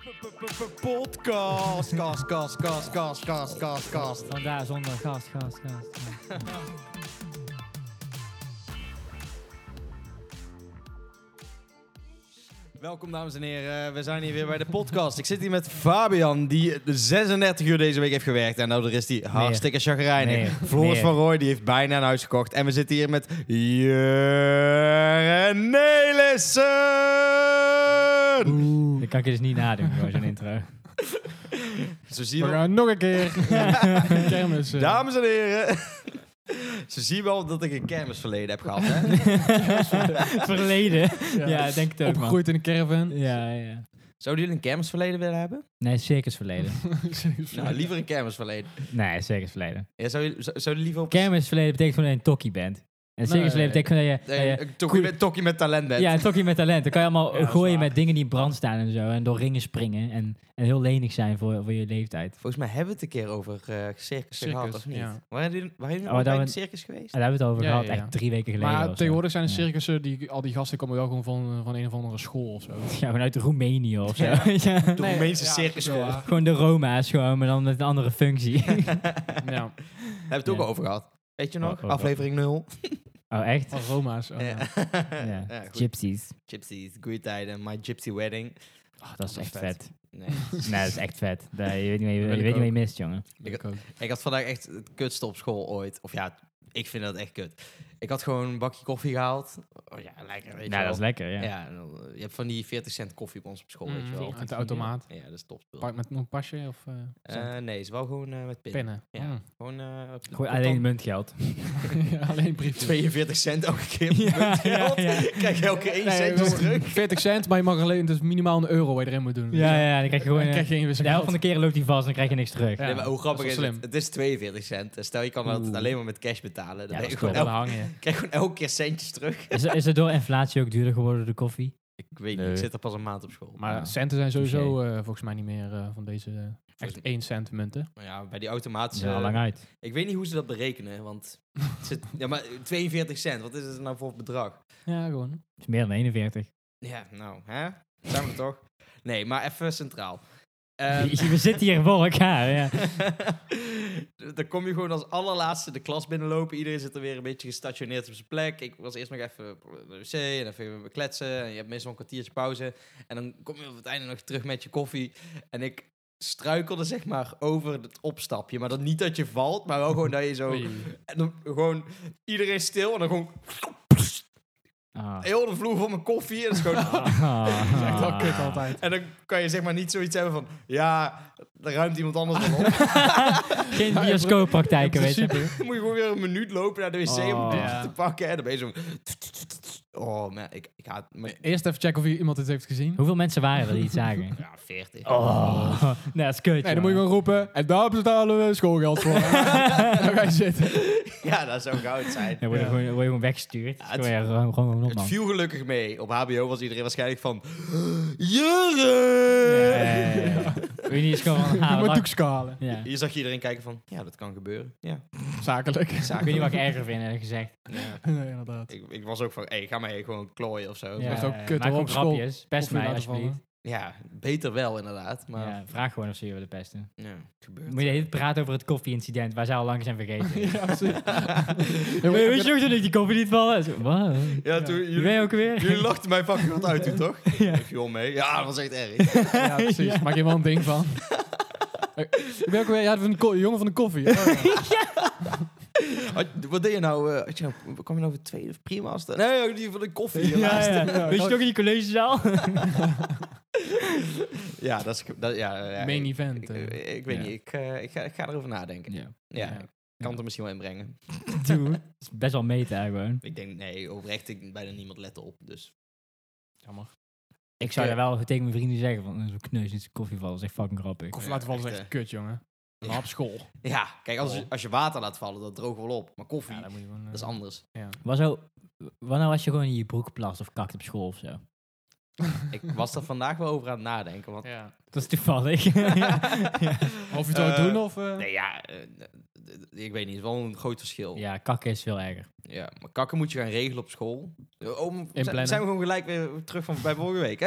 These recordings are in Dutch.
Podcast. Kast. Vandaar zonder gast. Welkom dames en heren, we zijn hier weer bij de podcast. Ik zit hier met Fabian, die 36 uur deze week heeft gewerkt. En nou, daar is hij hartstikke chagrijnig. Floris van Rooij, die heeft bijna een huis gekocht. En we zitten hier met Jurgen Nelissen. Dat kan ik je dus niet nadoen, gewoon zo'n intro. Zo zie je We wel, gaan nog een keer. Kermis. dames en heren. Zo zie je wel dat ik een kermisverleden heb gehad, hè? Verleden. Ja, denk het ook, man. Opgegroeid in een caravan. Ja. Zouden jullie een kermisverleden willen hebben? Nee, circusverleden. Nou, liever een kermisverleden. Nee, circusverleden. Ja, zou je liever op... Kermisverleden betekent gewoon dat je een tokkie bent. En circusverleden betekent gewoon dat je... een tokkie met talent bent. Ja, een tokkie met talent. Dan kan je allemaal Ja, dat is gooien waar. met dingen die in brand staan en zo. En door ringen springen. En heel lenig zijn voor je leeftijd. Volgens mij hebben we het een keer over circus gehad, of niet? ja. Waren jullie daar bij een we- circus geweest? En daar hebben we het over Ja, gehad, ja, ja. echt 3 weken geleden. Maar of zo. tegenwoordig zijn de Ja. circussen, al die gasten komen wel gewoon van een of andere school of zo. Ja, gewoon uit Roemenië of zo. Ja. Ja. De Roemeense circusschool. Ja. Gewoon de Roma's, gewoon, maar dan met een andere functie. Ja, Hebben we het ook Ja. over gehad. Weet je nog? Oh, Aflevering 0. Oh, echt? als Roma's. Oh, ja. Ja. Ja, goed. Gypsies. Gypsies, goede tijden. My Gypsy Wedding. Oh, dat is echt vet. Nee. Nee, dat is echt vet. Je weet niet Wil ik wat je ook. mist, jongen. Ik ook. Ik had vandaag echt het kutste op school ooit. Of ja, ik vind dat echt kut. Ik had gewoon een bakje koffie gehaald. Oh ja, lekker, weet je Nou, wel. dat is lekker, ja. Ja, en dan, je hebt van die 40 cent koffie bij ons op school, weet je wel. Uit de automaat. Ja, dat is topspul. Pak met een pasje of Nee, is wel gewoon met pinnen. pinnen. Ja. Mm. Gewoon Gewoon alleen muntgeld. Ja, alleen briefjes. 42 cent elke keer. Ja, ja. Krijg je elke keer 1 Nee, centjes terug. 40 cent, maar je mag alleen, dus minimaal €1 waar je erin moet doen. Ja, dan krijg je gewoon... Dan krijg je geen de helft van de keren loopt hij vast en dan krijg je niks terug. Ja. Nee, maar hoe grappig dat is is wel het? slim. Het is 42 cent. Stel, je kan dat Oeh. alleen maar met cash betalen. Dan Ja, ben dat je is gewoon Dan hang je. krijg je gewoon elke keer centjes terug. Is er door inflatie ook duurder geworden, de koffie? Ik weet niet, Nee. ik zit er pas een maand op school. Maar Ja. centen zijn sowieso Touché. volgens mij niet meer van deze echt 1 cent munten. Maar ja, bij die Ze automatische... zijn al lang uit. Ik weet niet hoe ze dat berekenen, want... het zit, ja, maar 42 cent, wat is het nou voor bedrag? Ja, gewoon. Het is meer dan 41. Ja, nou, hè? Zijn we er toch? Nee, maar even centraal. We zitten hier voor elkaar, ja. Dan kom je gewoon als allerlaatste de klas binnenlopen. Iedereen zit er weer een beetje gestationeerd op zijn plek. Ik was eerst nog even naar de wc en even kletsen. En je hebt meestal een kwartiertje pauze. En dan kom je op het einde nog terug met je koffie. En ik struikelde zeg maar over het opstapje. Maar dat niet dat je valt, maar wel gewoon dat je zo... Oei. En dan gewoon iedereen stil en dan gewoon Ah. heel de vloer van mijn koffie. En, dat is gewoon, Dat is echt wel kut altijd. en dan kan je zeg maar niet zoiets hebben van... Ja, daar ruimt iemand anders wel op. Geen bioscooppraktijken, weet je. Dan moet je gewoon weer een minuut lopen naar de wc om Oh. een biertje Ja. te pakken. En dan ben je zo... Oh man, ik haat... Eerst even checken of iemand het heeft gezien. Hoeveel mensen waren er die het zagen? Ja, 40. Oh, nee, dat is kut, Nee, dan moet je gewoon roepen. En daar betalen we schoolgeld voor. En dan ga je zitten. Ja, dat zou goud zijn. Dan word je, Ja. gewoon weggestuurd. Ja, Ja, gewoon op, Het man. viel gelukkig mee. Op HBO was iedereen waarschijnlijk van... Jurgen! Ja. Weet je niet, is gewoon van... Je Ah, moet wat doekskalen. ja. Hier zag je iedereen kijken van... Ja, dat kan gebeuren. Ja, Zakelijk. Ik weet niet wat ik erger vind, eerlijk gezegd. ja. Nee, inderdaad. Ik was ook van... Hey, ga mij gewoon klooien of zo. Ja. echt ook kut maak hoor, gewoon op school grapjes. Pest koffie mij, laten alsjeblieft. vallen. Ja, beter wel inderdaad. Maar Ja, vraag gewoon of ze je willen pesten. ja, het gebeurt. Moet je de hele tijd praten over het koffie-incident, waar zij al lang zijn vergeten. Ja, precies. Weet je nog dat ik die koffie niet vallen? Zo, wat? Ja, toen... Wie ben je ook weer? Jullie lachten mij fucking wat uit toen, toch? Ja. Ik viel mee. Ja, dat was echt erg. Ja, precies. Ja. Maak je wel een ding van. Ik ben ook weer... Ja, van de jongen van de koffie. Oh, ja. Wat deed je nou? Kwam je nou voor tweede of prima als nee, die van de koffie. Ja, laatste. ja. Weet je nog in die collegezaal? Ja, dat is... ja, Main ik, event. ik weet Ja. niet. Ik ga erover nadenken. Ja, Ja. ik kan het er misschien wel inbrengen. Doe. Dat is best wel meta gewoon. Ik denk, nee, oprecht, bijna niemand let op. Dus Jammer. Ik zou daar wel tegen mijn vrienden zeggen van zo'n kneus in zijn koffie vallen. Dat is echt fucking grappig. Koffie laten vallen is echt, echt kut, jongen. Ja. Maar op school. ja, kijk, als je water laat vallen, dat droogt wel op. Maar koffie, Ja, dan moet je gewoon... dat is anders. Wat nou als je gewoon in je broek plast of kakt op school of zo? Ik was er vandaag wel over aan het nadenken. Want, Ja. Dat is toevallig. Of je het wil doen of... nee, ja, ik weet niet. Het is wel een groot verschil. Ja. Ja, kakken is veel erger. Maar kakken moet je gaan regelen op school. Zijn we Inplannen. gewoon gelijk weer terug van bij vorige week, hè?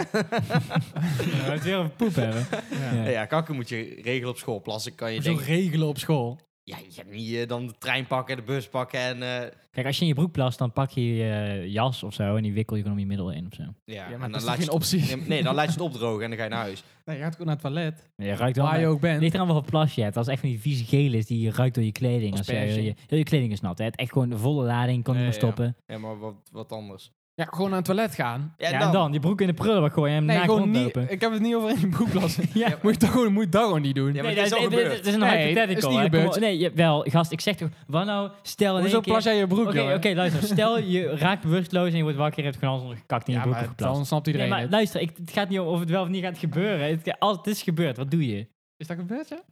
We het weer over poep hebben. Ja. Ja, kakken moet je regelen op school. Plassen kan je Zo denken... regelen op school. Ja, je gaat niet dan de trein pakken, de bus pakken en... Kijk, als je in je broek plast, dan pak je je jas of zo en die wikkel je gewoon om je middel in of zo. Ja, maar en dat dan is laat toch je geen het optie? Nee, dan laat je het opdrogen en dan ga je naar huis. Nee, je gaat gewoon naar het toilet. Je ruikt wel. Waar je ook bent. Ligt eraan wat voor plas je hebt. Als het echt van die vieze geel is, die ruikt door je kleding. Als Asperge. heel je kleding is nat. Hè. Het echt gewoon de volle lading, kan niet meer Ja. stoppen. Ja, maar wat anders. Ja, gewoon naar het toilet gaan. Ja, Ja, en dan je broek in de prullenbak gooien en Nee, naakt gewoon niet. rondlopen. Ik heb het niet over in je broek plassen. Ja. Moet je dat gewoon niet doen. Ja, maar Nee, het is al gebeurd. Het is een Nee, hypothetical. is niet hè. gebeurd. Kom op. Nee, wel, gast, ik zeg toch, wat nou, stel in Hoezo één keer... plas jij je broek, Oké, jongen? luister. Stel, je raakt bewusteloos en je wordt wakker en je hebt gewoon alles gekakt in je Ja, broek maar geplast. dan snapt Nee, iedereen maar het. luister, het gaat niet om of het wel of niet gaat gebeuren. Het is gebeurd, wat doe je? Is dat gebeurd, ja?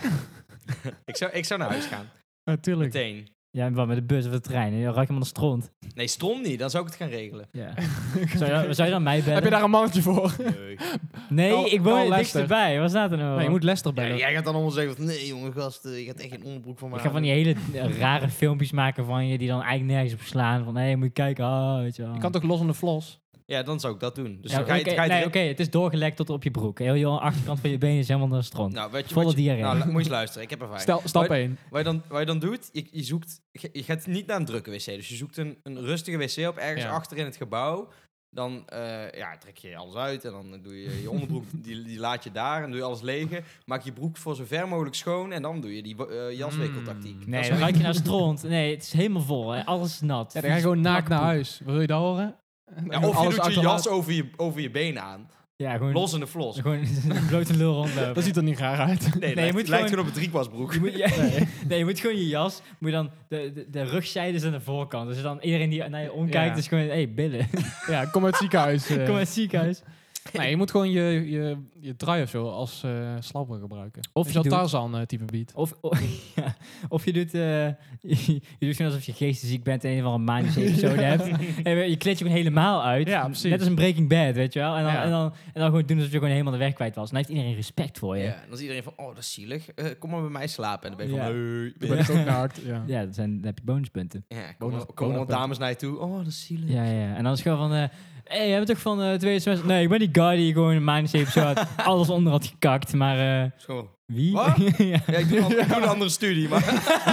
Ik zou naar huis gaan. Natuurlijk. Meteen. Ja, wat met de bus of de trein? Je ruikt hem aan de stront. Nee, strom niet. Dan zou ik het gaan regelen. Ja. zou je dan mij bellen? Heb je daar een mannetje voor? Nee. Nee, Carl- ik woon Carl er dichtst Lester. erbij. Wat staat er nou? Nee, je moet Lester Ja, bellen. jij gaat dan allemaal zeggen van... Nee, jongen, gast. Je gaat echt geen onderbroek van Ik maken. ga van die hele rare filmpjes maken van je die dan eigenlijk nergens op slaan. Van, hé, moet je kijken. Oh, weet je wel. Je kan toch los in de flos? Ja, dan zou ik dat doen. Dus Ja, dan ga je, oké, ga je nee, direct- oké, het is doorgelekt tot op je broek. Heel je achterkant van je benen is helemaal naar de stront. Nou, weet je, Volle wat je- diarree. Nou, moet je eens luisteren. Ik heb ervaring. Stap Wat- 1. Wat je dan doet, je zoekt... Je gaat niet naar een drukke wc. Dus je zoekt een rustige wc op ergens Ja. achter in het gebouw. Dan trek je alles uit en dan doe je je onderbroek, die laat je daar en doe je alles legen. Maak je broek voor zo ver mogelijk schoon en dan doe je die jaswikkeltactiek. Nee, Dat dan is- ruik je naar stront. Nee, het is helemaal vol. Hè. Alles is nat. Ja, dan ga je gewoon naakt naar Plakpoep. huis. Wil je dat horen? Ja, of je doet je achterlaten. jas over je benen aan. Ja, gewoon, Los in de flos. gewoon een blote lul rondlopen. Dat ziet er niet raar uit. Nee, je lijkt, moet lijkt gewoon- gewoon op een driekwasbroek. Je moet, nee, je moet gewoon je jas, moet je dan de rugzijde is aan de voorkant. Dus dan iedereen die naar je omkijkt, Ja. is gewoon, hé, billen. Ja, kom uit het ziekenhuis. Kom uit het ziekenhuis. Nee, je moet gewoon je trui of zo als slapper gebruiken. Of Of je je doet- Tarzan type beat. Ja, of je doet, je doet gewoon alsof je geestesziek bent en een of andere manische episode hebt. En je kleed je gewoon helemaal uit. Ja, precies. Net als een Breaking Bad, weet je wel. En dan, Ja. en dan gewoon doen alsof je gewoon helemaal de weg kwijt was. Dan heeft iedereen respect voor je. Ja, dan is iedereen van, oh, dat is zielig. Kom maar bij mij slapen. En dan ben je Ja. van, hey. Ik ben dus ook naakt. Ja. Ja, dan heb je bonuspunten. Ja, Bonus- komen bonus- allemaal dames naar je toe. Oh, dat is zielig. Ja. En dan is het gewoon van, hé, je bent toch van tweede semester? Nee, ik ben die guy die gewoon een manische episode alles onder had gekakt. Maar Het is gewoon, wie? Wat? Ja. ja, ik doe een andere studie, maar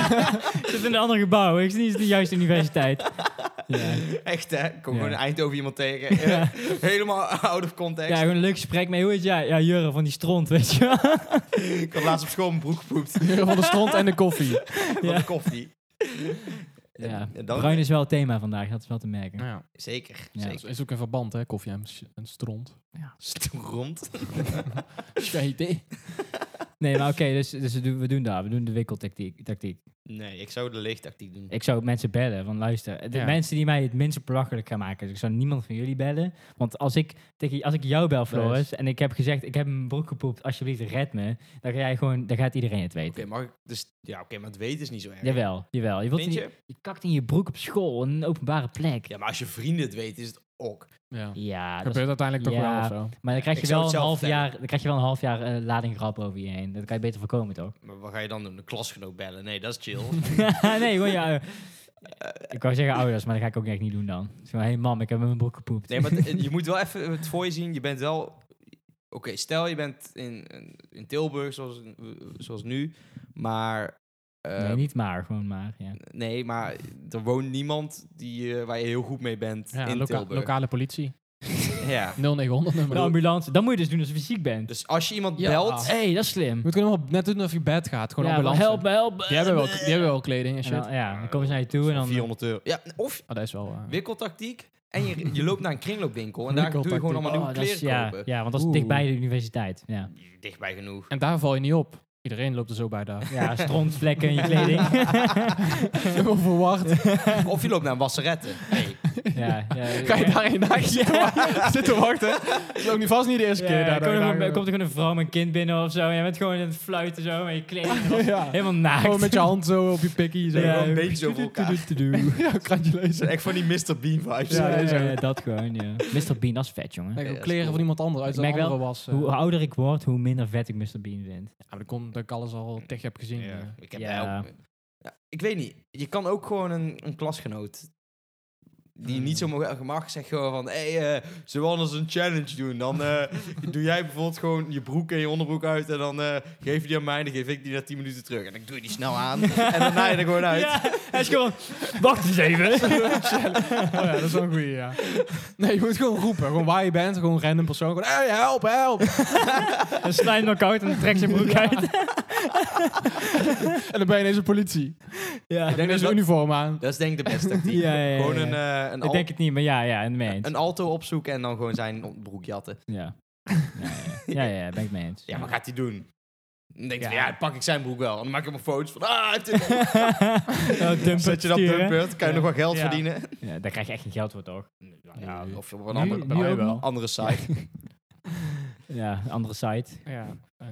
Ik zit in een ander gebouw. Ik zit niet in de juiste universiteit. Ja. echt hè. Ik kom Ja. gewoon in Eindhoven iemand tegen. Ja. Helemaal out of context. Ja, gewoon een leuk gesprek mee. Hoe heet jij? Ja, Jurre van die stront, weet je wel. Ik had laatst op school mijn broek gepoept. Van de stront en de koffie. Van de koffie. Ja, En dan- bruin is wel het thema vandaag. Dat is wel te merken. Ja. Zeker, Ja. Dat zeker. is ook een verband, hè? Koffie en stront. Stront. Scheide. Nee, maar oké, dus we doen dat. We doen de wikkeltactiek. Nee, ik zou de leegtactiek doen. Ik zou mensen bellen. Van luister, de Ja. mensen die mij het minst belachelijk gaan maken. Dus ik zou niemand van jullie bellen. Want als ik jou bel, Floris, en ik heb gezegd, ik heb mijn broek gepoept, alsjeblieft red me. Dan gaat iedereen het weten. Oké, mag ik... Dus, ja, oké, maar het weten is niet zo erg. Jawel. Je wilt Vind niet, je? je kakt in je broek op school, in een openbare plek. Ja, maar als je vrienden het weten, is het ook. Ja. Ja, dat is- Gebeurt uiteindelijk toch ja. wel of zo. maar dan krijg Ik je zou wel het een zelf half vertellen. jaar, dan krijg je wel een half jaar lading grap over je heen. Dat kan je beter voorkomen, toch? Maar wat ga je dan doen? De klasgenoot bellen? Nee, dat is chill. Nee, gewoon ja. Ik wou zeggen ouders, maar dat ga ik ook echt niet doen dan. Dus gewoon, hey mam, ik heb met mijn broek gepoept. Nee, maar je moet wel even het voor je zien. Je bent wel... Oké, stel je bent in Tilburg, zoals nu. Maar... Nee, niet maar, gewoon maar. Ja. Nee, maar er woont niemand waar je heel goed mee bent Ja, in Tilburg. lokale politie. Ja. 0900 nummer. De ambulance, dan moet je dus doen alsof je ziek bent. Dus als je iemand Ja. belt... Hé, dat is slim. Je moet gewoon helemaal net doen of je bed gaat. Gewoon Ja, ambulance. help me, help me. Die hebben wel kleding en En shit. dan, ja, dan komen ze naar je toe en dan... €400. Ja, of Oh, dat is wel... wikkeltactiek. En je loopt naar een kringloopwinkel en daar doe je gewoon allemaal nieuwe Oh, dat is- kleren ja, kopen. ja, want dat is Oeh. dichtbij de universiteit. Ja, Dichtbij genoeg. En daar val je niet op. Iedereen loopt er zo bij daar. ja strontvlekken in je kleding. Helemaal verwacht. Of je loopt naar een wasseretten. Nee, Ja. Ga je daar een dag zitten wachten? Dat is ook vast niet de eerste keer. Komt er gewoon een vrouw met een kind binnen of zo. En je bent gewoon aan het fluiten zo. En je kleding Ja. helemaal naakt. Gewoon met je hand zo op je pikkie. Zo. Gewoon een beetje zo voor elkaar. Ja, krantje Het lezen. zijn echt van die Mr. Bean vibes. Ja, dat gewoon, ja. Mr. Bean, dat is vet, jongen. Nee, Ja, ook dat is kleren cool. van iemand anders uit Ik zijn merk andere wel, was. Hoe ouder ik word, hoe minder vet ik Mr. Bean vind. Ja, maar dat komt dat ik alles al tegen heb gezien. Ja, ik heb Ja. ik weet niet. Je kan ook gewoon een klasgenoot die niet zo mag zeggen gewoon van hey, zullen we anders een challenge doen? Dan doe jij bijvoorbeeld gewoon je broek en je onderbroek uit en dan geef je die aan mij en dan geef ik die na 10 minuten terug. En dan doe je die snel aan en dan naai je er gewoon uit. Ja, hij is gewoon, wacht eens even. Oh ja, dat is wel een goeie, ja. Nee, je moet gewoon roepen. Gewoon waar je bent, gewoon een random persoon. Gewoon, hey, help! Dan sla je hem knock-out en dan trekt zijn broek uit. En dan ben je ineens een politie. Ja. Ik denk dat ze een uniform aan. Dat is denk ik de beste tactiek. Ja. Gewoon een Ik denk het niet, maar ja, en mee eens. een alto opzoeken en dan gewoon zijn broek jatten. Ja, ben ik het mee eens. Ja, maar gaat hij doen? Dan denk je, Ja. ja, dan pak ik zijn broek wel. En dan maak ik hem foto's van, hij heeft dit. Dumpert Zet je dat sturen. dumpert, kan je nog wat geld Ja. verdienen. Ja, daar krijg je echt geen geld voor, toch? Ja, Nee. of op een Nu- andere, nu ook wel. andere site. Ja, andere site. Ja.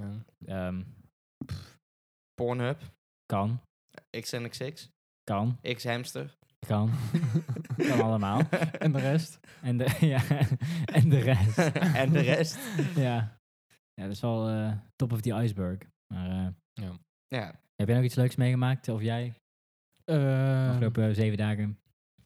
Pornhub, Kan. XNXX, Kan. X-hamster. Kan. Kan allemaal. En de rest? En de, en de rest. En de rest. Ja. Ja, dat is wel top of the iceberg. Maar Ja. heb jij nog iets leuks meegemaakt? Of jij? Afgelopen 7 dagen?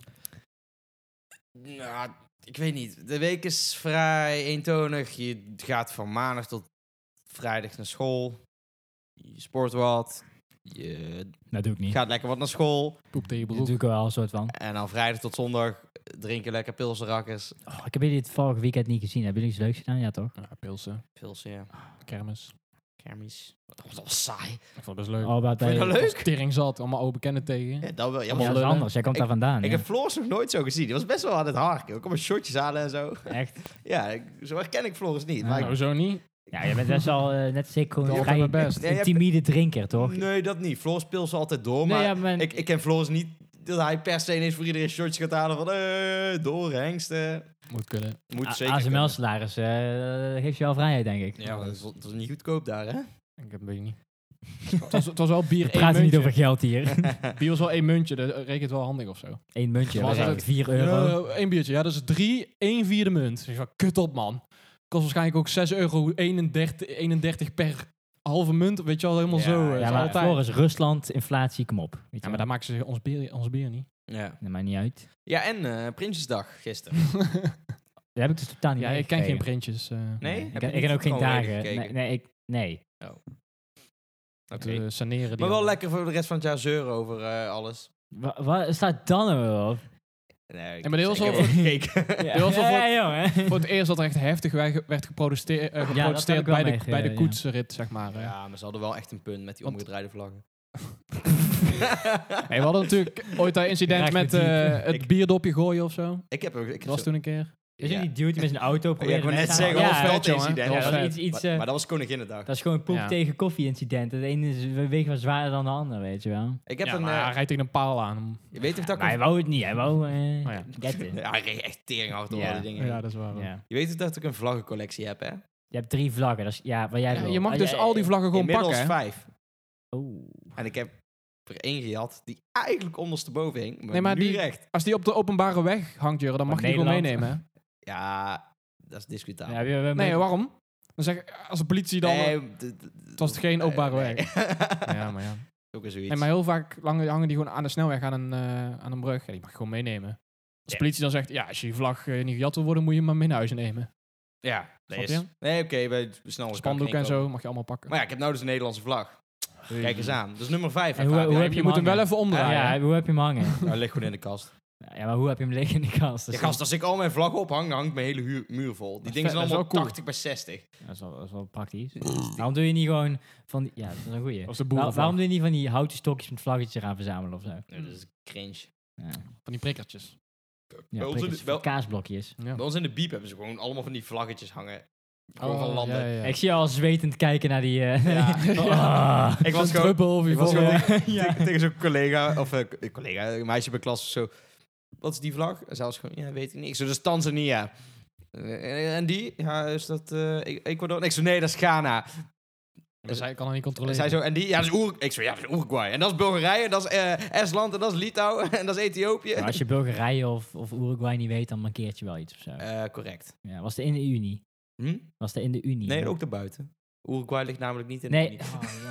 Nou, ik weet niet. De week is vrij eentonig. Je gaat van maandag tot vrijdag naar school. Je sport wat. Je Dat doe ik niet. gaat lekker wat naar school. Poep tegen je Dat broek. doe ik wel een soort van. En dan vrijdag tot zondag drinken lekker pilsenrakkers. Oh, ik heb jullie het vorige weekend niet gezien. Hebben jullie iets leuks gedaan? Ja, toch? Ja, pilsen, Pilsen, ja. kermis. Kermis. Dat was al saai. Ik vond het best leuk. Oh, wat Vond je dat leuk? Tering zat, allemaal oude bekenden tegen. Ja, dat wel. Ja, Ja, maar dat is lullen. anders. Jij komt daar vandaan. ik ja. heb Floris nog nooit zo gezien. Die was best wel aan het harken. Ook allemaal shotjes aan en zo. Echt? Ja, zo herken ik Floris niet. Ja. Maar Nou, zo niet. Ja, je bent best wel net zeker gewoon Altijd vrij mijn best. Ja, je een hebt- timide drinker, toch? nee, dat niet. Floris pils altijd door. Nee, Maar ja, maar- ik ken Floris niet dat hij per se ineens voor iedereen shotjes gaat halen van door, hengsten. Moet kunnen. Moet zeker kunnen. ASML-salaris geeft je wel vrijheid, denk ik. Ja, maar dat is niet goedkoop daar, hè? Ik weet het niet. Het was wel bier We 1 praten niet muntje. over geld hier. Bier was wel 1 muntje, dat rekent wel handig of zo. 1 muntje, Was was het? 4 euro. Ja, 1 biertje, ja, dat is 1/4 munt. Dus van, kut op, man. Kost waarschijnlijk ook €6,31 per halve munt. Weet je wel, helemaal Ja, zo. ja, is Ja, maar altijd. Floris, Rusland, inflatie, kom op. Weet je Ja, maar wel. daar maken ze ons bier niet. Ja. Dat maakt niet uit. Ja, en Prinsjesdag gisteren. Dat heb ik dus totaal niet Ja, ik ken geen meegekregen. printjes. Nee? Ik Heb ken je niet ook geen gewoon dagen. gekeken? Nee. Oké. Saneren die Maar wel al. lekker voor de rest van het jaar zeuren over alles. Wat staat dan nou weer op? Nee, Ja, maar dit was ik heb wel wel gekeken. Dit was wel voor- jongen. Voor het eerst dat er echt heftig werd geprotesteerd dat heb ik wel bij de meegekregen, ja. koetsrit, zeg maar. Ja, maar ze hadden wel echt een punt met die Want- omgedraaide vlaggen. Nee, we hadden natuurlijk ooit dat incident Raakt me met diep. het Ik- bierdopje gooien of zo. Ik heb Dat was toen een keer. Is Ja. het die dude die met zijn auto Ja, ik probeerde wou net te zeggen, staan? dat was vet, wel het jongen. incident. Dat Ja, was dat is vet. iets, Maar dat was Koninginnedag. dat is gewoon een poep Ja. tegen koffie incident. Het ene is weegt wat zwaarder dan de ander, weet je wel. Ik heb Ja, een... maar hij rijdt tegen een paal aan. je weet of dat ik Maar hij wou het niet, hij wou ja. getten. Ja, hij reed echt teringhard door Ja. al die dingen. Ja, dat is waar. Ja. Je weet of dat ik een vlaggencollectie heb, hè? Je hebt 3 vlaggen, dat is, ja, wat jij Ja, wil. je mag Ah, dus ja, al die vlaggen gewoon Inmiddels pakken. hè? 5. Oeh. En ik heb er 1 gehad die eigenlijk ondersteboven hing. Maar, Nee, maar nu die- recht. Als die op de openbare weg hangt, Jurre, dan mag Maar je die gewoon Nederland- meenemen. hè? Ja, dat is discutabel. Ja, Nee, waarom? Dan zeg ik, als de politie dan... het was geen openbare weg. weg. Ja, maar ja. Ook weer zoiets. Nee, maar heel vaak hangen die gewoon aan de snelweg aan een brug. Ja, die mag je gewoon meenemen. Als de Ja. politie dan zegt, ja, als je die vlag niet gejat wil worden, moet je hem maar mee naar huis nemen. Ja, Snap dat je? is... Nee, oké, bij snel Spandoek en zo, mag je allemaal pakken. Maar ja, ik heb nou dus een Nederlandse vlag. Kijk eens aan. Dat is nummer 5. En hoe Ja, heb je je moet hem hem hangen? wel even omdraaien. Ja, hoe heb je hem hangen? Hij ligt gewoon in de kast. Ja, maar hoe heb je hem liggen in de kast? Ja, gast, als ik al mijn vlaggen ophang, dan hangt mijn hele muur vol. Die is dingen vet, zijn dat is allemaal wel cool. 80 bij 60. Dat is wel praktisch. Waarom doe je niet gewoon van die... Ja, dat is een goeie. Als de boerenvlag. Waarom doe je niet van die houten stokjes met vlaggetjes eraan verzamelen of zo? Nee, dat is cringe. Ja, Van die prikkertjes. ja Bij ons in prikkels, de- wel- kaasblokjes. Ja. Bij ons in de biep hebben ze gewoon allemaal van die vlaggetjes hangen. Gewoon van Oh, landen. ja, ja. Ik zie je al zwetend kijken naar die... Ja. Ah. Ik was Zo'n gewoon... druppel of je Ik was volgt- gewoon tegen zo'n collega, of een meisje bij klas of zo. wat is die vlag? En zelfs gewoon, ja, weet ik niet. Ik zo, dat is Tanzania. En die? Ja, is dat Ecuador? En ik zo, nee, dat is Ghana. Maar zij kan het niet En controleren. zij zo, en die? Ja, dat is ik zo, ja, dat is Uruguay. En dat is Bulgarije, dat is Estland, en dat is Litouwen, en dat is Ethiopië. Maar als je Bulgarije of Uruguay niet weet, dan mankeert je wel iets of zo. Correct. Ja, was er in de Unie? Was er in de Unie? Nee, hè? ook daarbuiten. Uruguay ligt namelijk niet in de Nee. Unie.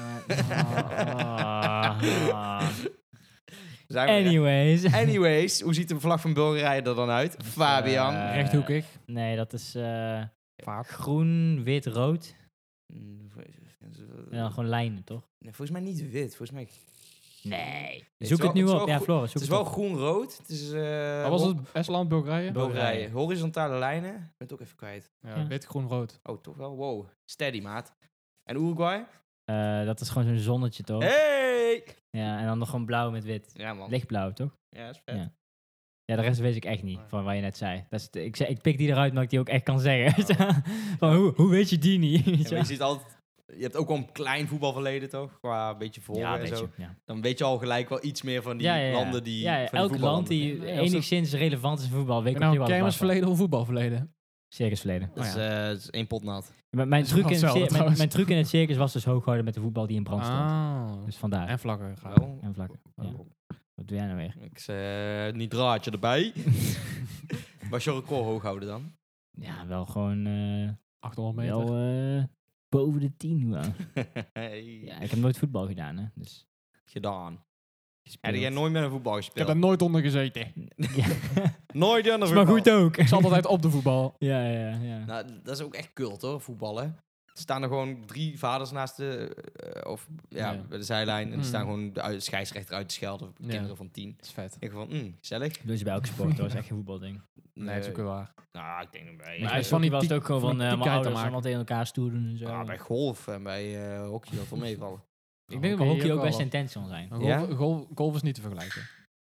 Zijn we- Anyways. hoe ziet de vlag van Bulgarije er dan uit? Fabian. Rechthoekig. Nee, dat is Vaak. groen, wit, rood. En dan Nee, gewoon lijnen, toch? volgens mij niet wit. Volgens mij... Nee. is Zoek wel- het nu het is op. wel Ja, goed- Floris, Het zoek is het wel op. groen-rood. Het is... Wat was het? Estland, Bulgarije? Bulgarije. Horizontale lijnen. Ik ben het ook even kwijt. Ja, Ja. wit, groen, rood. Oh, toch wel? Wow. Steady, maat. En Uruguay? Dat is gewoon zo'n zonnetje, toch? Hey! Ja, en dan nog gewoon blauw met wit. Ja, man. Lichtblauw, toch? Ja, dat is vet. Ja. Ja, de rest weet ik echt niet, Nee. van wat je net zei. Dat is ik pik die eruit, maar ik die ook echt kan zeggen. Van, hoe weet je die niet? Ja, Weet je maar wel? je ziet altijd... Je hebt ook wel een klein voetbalverleden, toch? Qua een beetje volgen Ja, en weet zo. je. Ja. Dan weet je al gelijk wel iets meer van die landen die... Ja, van die elk land voetballanden. die Nee, als enigszins relevant is in voetbal, weet ik Nou, ook wel. kermisverleden of voetbalverleden? Circusverleden. Dat is, Oh, het is één pot nat. Mijn is truc, wel in het hetzelfde, trouwens. mijn truc in het circus was dus hoog houden met de voetbal die in brand stond. Ah. Dus vandaar. En vlakken. graag. Wel, En vlakken. Ja. Wat doe jij nou weer? ik niet draadje erbij. Was je record hoog houden dan? Ja, wel gewoon 800 meter. wel boven de 10. Wel. Hey. Ja, ik heb nooit voetbal gedaan, hè. Dus Gedaan. gespeeld. Heb jij nooit met een voetbal Ik heb gespeeld? er nooit onder gezeten. Ja. Nooit aan de is maar goed ook. Ik zat altijd op de voetbal. Ja. Nou, dat is ook echt cult hoor, voetballen. Er staan er gewoon 3 vaders naast de... Ja. bij de zijlijn. En die Mm. staan gewoon de scheidsrechter uit te schelden. Ja. Kinderen van 10. Dat is vet. Ik van, gezellig. Dat is bij elke sport, dat is echt geen voetbalding. Nee, dat is ook wel waar. Nou, ik denk dat bij... Maar Ja, bij van die hockey was het tiek- ook gewoon van van die mijn tiekheid te ouders maken. allemaal tegen elkaar stoeren en zo. bij golf en bij hockey dat wel meevallen. Ik denk Maar dat hockey ook best wel. intens kan zijn. Maar Ja? golf is niet te vergelijken.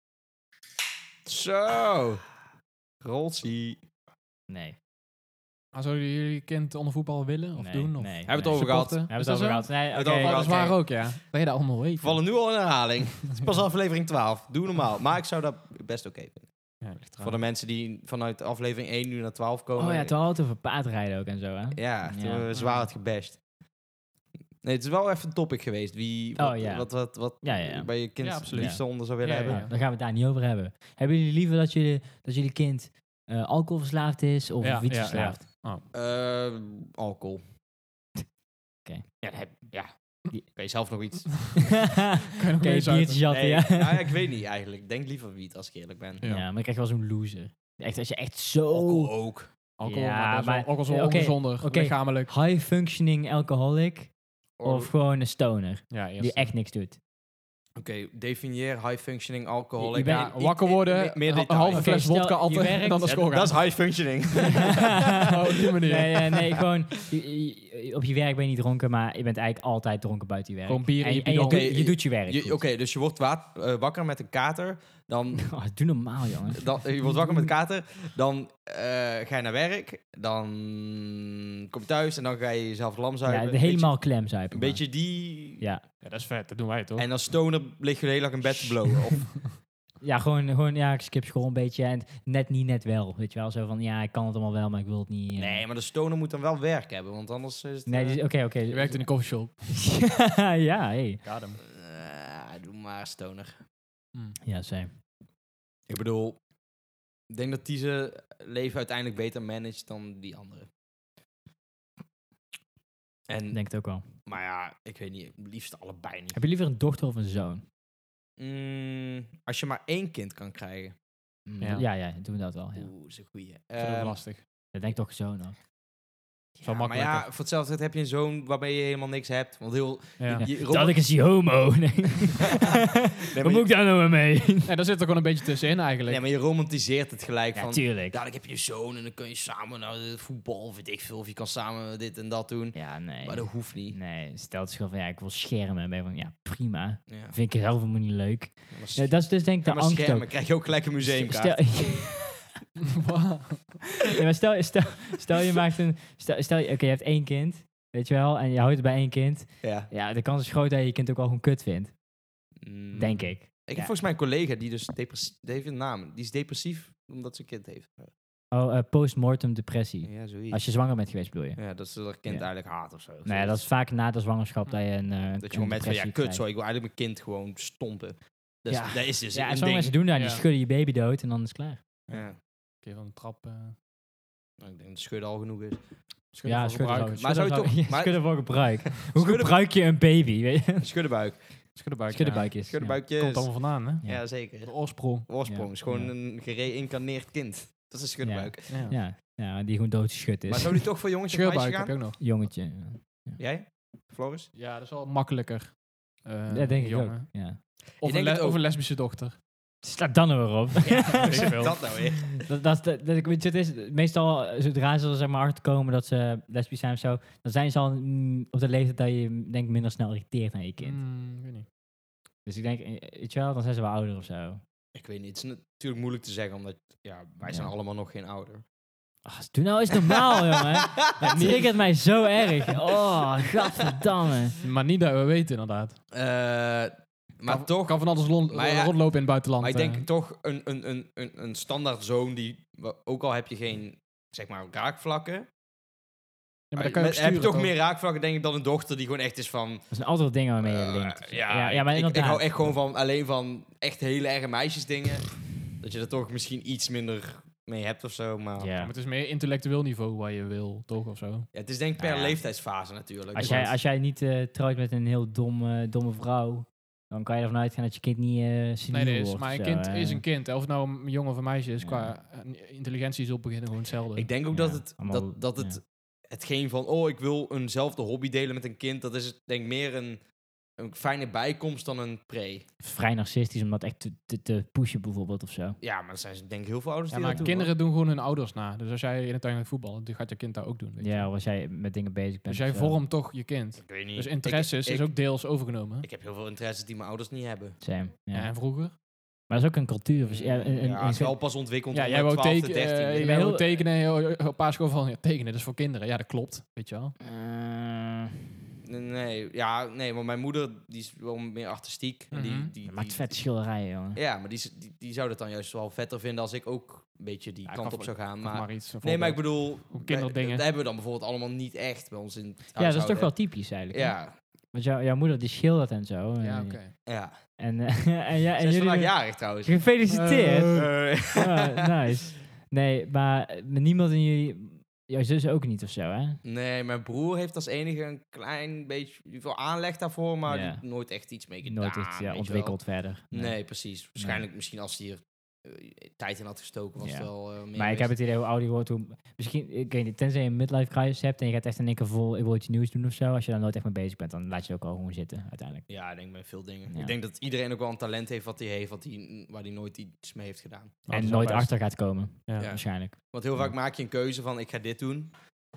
Zo. Rolsie. Nee. Maar zouden jullie kind onder voetbal willen of Nee, doen? Of nee. Hebben we het over gehad? supporten? Hebben Is we het dat over zo? gehad? Nee, Hebben oké. we het over Dat is gehad? waar ook, ja. Ben je daar allemaal weten? We vallen nu al in herhaling. Het is pas aflevering 12. Doe normaal. Maar ik zou dat best oké vinden. Ja, ligt eraan. Voor de mensen die vanuit aflevering 1 nu naar 12 komen. Oh ja, toen hadden we het over paardrijden ook en zo, hè? Ja, toen Ja. hebben we zwaar het gebashed. Nee, het is wel even een topic geweest. Wie, Oh, wat, ja. wat Ja. bij je kind Ja, het absoluut. liefste onder zou willen Ja, hebben. Ja, daar gaan we het daar niet over hebben. Hebben jullie liever dat jullie kind alcoholverslaafd is of Ja, wietverslaafd? Alcohol. Oké. Ja, ben je zelf nog iets? Kan je nog Oké, eens biertjes jatten, Nee, ja. ja, ik weet niet eigenlijk. Ik denk liever wiet als ik eerlijk ben. Ja. Ja, maar dan krijg je wel zo'n loser. Echt, als je echt zo Alcohol ook. Alcohol, Ja, maar dat is maar- wel, alcohol is wel oké, ongezonder, oké. lichamelijk. high-functioning alcoholic of gewoon een stoner Ja, eerst. die echt niks doet. Oké, definieer high functioning alcohol. Je bent- Ja, wakker worden, meer een detail. halve Oké, fles stel, vodka je atten werkt- en dan naar Ja, school gaan. dat is high functioning. Oh, op die manier. Nee, gewoon op je werk ben je niet dronken, maar je bent eigenlijk altijd dronken buiten je werk. Gewoon bier in je en je, bidon. doet- je doet je werk. goed. Oké, dus je wordt wakker met een kater. Dan, Oh, doe normaal, jongen. je wordt wakker met een kater. Dan ga je naar werk. Dan kom je thuis en dan ga je jezelf lam zuipen. Ja, Een helemaal klem zuipen. Een beetje die... Ja, Ja, dat is vet. Dat doen wij toch? En als stoner lig je de hele dag in bed te blowen. Of, ja gewoon, ja, ik skip school een beetje en net wel. Weet je wel, zo van, ja, ik kan het allemaal wel, maar ik wil het niet. nee, maar de stoner moet dan wel werk hebben. Want anders is het... Nee, dus, oké. Je werkt in een coffeeshop. Ja, hey. Got hem. doe maar stoner. Ja, same. Ik bedoel... Ik denk dat die zijn leven uiteindelijk beter managt dan die andere. En, Ik denk het ook wel. maar ja, ik weet niet. Liefst allebei niet. Heb je liever een dochter of een zoon? Als je maar 1 kind kan krijgen. Ja, doen we dat wel. Ja. Oeh, is een goeie. Ik vind dat lastig. Dat denk ik toch zoon ook. Wel maar ja, makkelijker. voor hetzelfde tijd heb je een zoon waarbij je helemaal niks hebt. Want heel... Ja. Dat ik eens die homo. Nee. Wat moet ik daar nou mee? Ja, daar zit er gewoon een beetje tussenin eigenlijk. Nee, maar je romantiseert het gelijk Ja, van... tuurlijk. Dadelijk heb je een zoon en dan kun je samen naar de voetbal, weet ik veel. Of je kan samen dit en dat doen. Ja, nee. Maar dat hoeft niet. Nee, stel het gewoon van, ja, ik wil schermen. En ben je van, ja, prima. Ja. Vind ik zelf helemaal niet leuk. Maar Ja, dat is dus denk ik de maar angst schermen ook. krijg je ook gelijk een museumkaart. Ja, maar stel je maakt een... Stel je, oké, je hebt 1 kind, weet je wel, en je houdt het bij 1 kind. Ja. Ja, de kans is groot dat je je kind ook wel gewoon kut vindt. Denk ik. Ik heb volgens mij een collega die dus depressief... Die heeft een naam. Die is depressief omdat ze een kind heeft. Postmortem depressie. Ja, zoiets. Als je zwanger bent geweest, bedoel je? Ja, dat ze dat kind Ja. eigenlijk haat of zo. Nou ja, dat is vaak na de zwangerschap dat je een Dat je gewoon met van, ja, depressie kut krijgt. zo. Ik wil eigenlijk mijn kind gewoon stompen. Dus Ja. dat is dus Ja, en een sommige ding. mensen doen dat. Die Ja. schudden je baby dood en dan is het klaar. Ja. Een keer van de trap. Nou, ik denk dat schudden al genoeg is. Schudden voor gebruik. schudden. Maar zou je toch- Ja, maar- schudden voor gebruik. Hoe Schudden- gebruik je een baby? Weet je? Schuddenbuik. Schuddenbuik. Schuddenbuikjes. Schuddenbuikjes. Komt allemaal vandaan, hè? Ja, Ja. zeker. De oorsprong. Oorsprong Ja. is gewoon Ja. een gereïncarneerd kind. Dat is een schuddenbuik. Ja, die gewoon doodgeschud is. Maar zou die toch voor jongetje of meisje Scheurbuik heb gaan? je ook nog. Jongetje. Jij? Floris? Ja, dat is wel makkelijker. Ja, denk ik jongen. ook. Ja. Of, Ik denk het ook. of een lesbische dochter. Staat dan er weer op. Wat is veel. dat nou weer? Het is meestal, zodra ze er zeg maar achter komen dat ze lesbisch zijn of zo, dan zijn ze al op de leeftijd dat je denk minder snel irriteert naar je kind. Ik weet niet. Dus ik denk, weet je wel, dan zijn ze wel ouder of zo. Ik weet niet. Het is natuurlijk moeilijk te zeggen, omdat wij zijn Ja. allemaal nog geen ouder. Ach, doe nou eens normaal, jongen. Het triggert mij zo erg. Oh, godverdamme. Maar niet dat we weten, inderdaad. Maar kan, toch... kan van alles Maar ja, rondlopen in het buitenland. Maar ik denk toch een standaard zoon die... Ook al heb je geen, zeg maar, raakvlakken. ja, maar dan kan je ook heb je sturen, toch meer raakvlakken, denk ik, dan een dochter die gewoon echt is van... Dat zijn altijd dingen waarmee je linkt. Ja, maar ik inderdaad. hou echt gewoon van alleen van echt hele erge meisjesdingen. Dat je er toch misschien iets minder mee hebt of zo. Maar Ja. Maar het is meer intellectueel niveau waar je wil, toch? Of zo. ja, het is denk ik per Nou ja. leeftijdsfase natuurlijk. Als jij niet trouwt met een heel domme vrouw, dan kan je ervan uitgaan dat je kind niet seniel Nee, wordt. maar of een zo, kind hè. is een kind. Of het nou een jongen of een meisje is, Ja. qua intelligentie is op beginnen gewoon hetzelfde. Ik denk ook Ja, dat het, allemaal- dat het hetgeen van, oh, ik wil eenzelfde hobby delen met een kind, dat is denk ik meer een fijne bijkomst dan een pre. Vrij narcistisch om dat echt te pushen bijvoorbeeld of zo. Ja, maar er zijn denk ik heel veel ouders Ja, die maar dat doen. kinderen doen gewoon hun ouders na. Dus als jij in het tuin met voetballen, dan gaat je kind dat ook doen. Weet je. Ja, of als jij met dingen bezig bent. Dus jij of zo. vormt toch je kind. Ik weet niet. Dus interesses is ook deels overgenomen. Ik heb heel veel interesses die mijn ouders niet hebben. Same, ja. En vroeger? Maar dat is ook een cultuur. Ja, het is wel pas ontwikkeld Ja, om jij wou 12e, tekenen, 13e. jij heel- wou tekenen op paarschool van tekenen, dat is voor kinderen. Ja, dat klopt, weet je wel. Nee, maar mijn moeder die is wel meer artistiek. En Mhm. die maakt vet schilderijen, jongen. Ja, maar die zou het dan juist wel vetter vinden als ik ook een beetje die Ja, kant gaf- op zou gaan. Maar Maar, iets. een nee, maar ik voorbeeld. bedoel, Hoe kinderdingen. dat hebben we dan bijvoorbeeld allemaal niet echt bij ons in het Ja, dat is toch huishouden. wel typisch eigenlijk. hè? Ja, Want jouw moeder die schildert en zo. Ja, En- oké. ja. En, en, ja, Ze en is jullie... vandaag jarig trouwens. Gefeliciteerd. Eh, Nice. Nee, maar met niemand in jullie... Jouw zus ook niet of zo, hè? nee, mijn broer heeft als enige een klein beetje in ieder geval aanleg daarvoor, maar Ja. die heeft nooit echt iets mee gedaan. Nooit echt weet je ontwikkeld verder. wel. Nee, precies. Waarschijnlijk misschien als hij er tijd in had gestoken, was Ja. het wel meer Maar ik heb het idee hoe ouder je wordt, hoe... Misschien, ik weet niet, tenzij je een midlife crisis hebt en je gaat echt in één keer vol, ik wil iets nieuws doen of zo. Als je daar nooit echt mee bezig bent, dan laat je het ook al gewoon zitten, uiteindelijk. Ja, ik denk bij veel dingen. Ja. Ik denk dat iedereen ook wel een talent heeft wat hij heeft, waar hij nooit iets mee heeft gedaan. dat en is wel nooit best. achter gaat komen, Ja. waarschijnlijk. Want heel vaak maak je een keuze van, ik ga dit doen.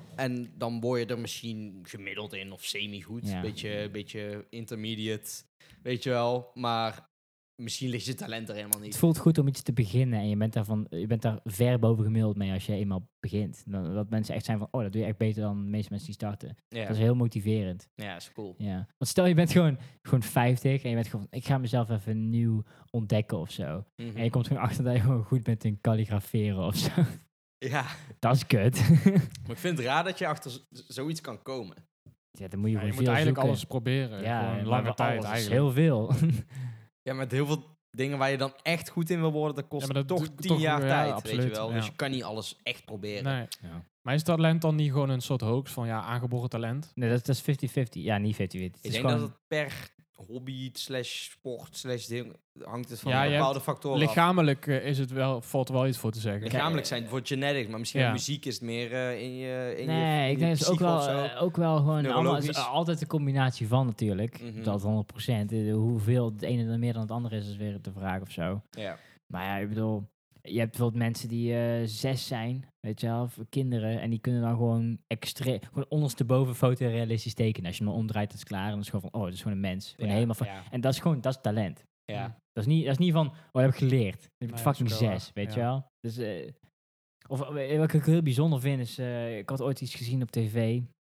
En dan word je er misschien gemiddeld in of semi-goed. Ja. Beetje intermediate, weet je wel. Maar misschien ligt je talent er helemaal Het niet. voelt goed om iets te beginnen en je bent daar ver boven gemiddeld mee als je eenmaal begint. Dat mensen echt zijn van, oh, dat doe je echt beter dan de meeste mensen die starten. Ja, Dat is heel motiverend. ja, is cool. Ja. Want stel je bent gewoon 50 en je bent gewoon, ik ga mezelf even nieuw ontdekken of zo. Mhm. En je komt gewoon achter dat je gewoon goed bent in kalligraferen of zo. Ja, Dat is kut. maar ik vind het raar dat je achter zoiets kan komen. Ja, dan moet je Ja, gewoon je moet veel eigenlijk zoeken. alles proberen. Ja, Gewoon maar lange wel tijd alles is eigenlijk. heel veel. Ja, met heel veel dingen waar je dan echt goed in wil worden, dat kost Ja, maar dat toch doet 10 toch- jaar ja, tijd, weet absoluut, je wel. Dus ja. je kan niet alles echt proberen. Nee. Ja. Maar is talent dan niet gewoon een soort hoax van ja, aangeboren talent? Nee, dat is 50-50. Ja, niet 50-50. Het Ik is denk gewoon, dat het per hobby /sport /ding hangt het van Ja, je bepaalde factoren af. Lichamelijk is het wel, valt er wel iets voor te zeggen. Lichamelijk zijn het voor genetics, maar misschien Ja. met muziek is het meer in je nee, ik denk dat het ook psyche of wel, zo. ook wel gewoon allemaal, het Neurologisch. is altijd een combinatie van natuurlijk. Mhm. Dat 100%. Hoeveel het ene dan meer dan het andere is weer de vraag of zo. Ja. Maar ja, ik bedoel, je hebt bijvoorbeeld mensen die 6 zijn, weet je wel, of kinderen, en die kunnen dan gewoon gewoon ondersteboven fotorealistisch tekenen. Als je hem omdraait, dat is klaar. En dan is het gewoon van, oh, dat is gewoon een mens. Gewoon Ja, helemaal van, ja. en dat is talent. Ja. Dat is niet van, oh, dat heb ik geleerd. Ik heb Nee, fucking dat is ook wel 6, waar, weet ja. je wel. Dus, wat ik heel bijzonder vind is, ik had ooit iets gezien op tv.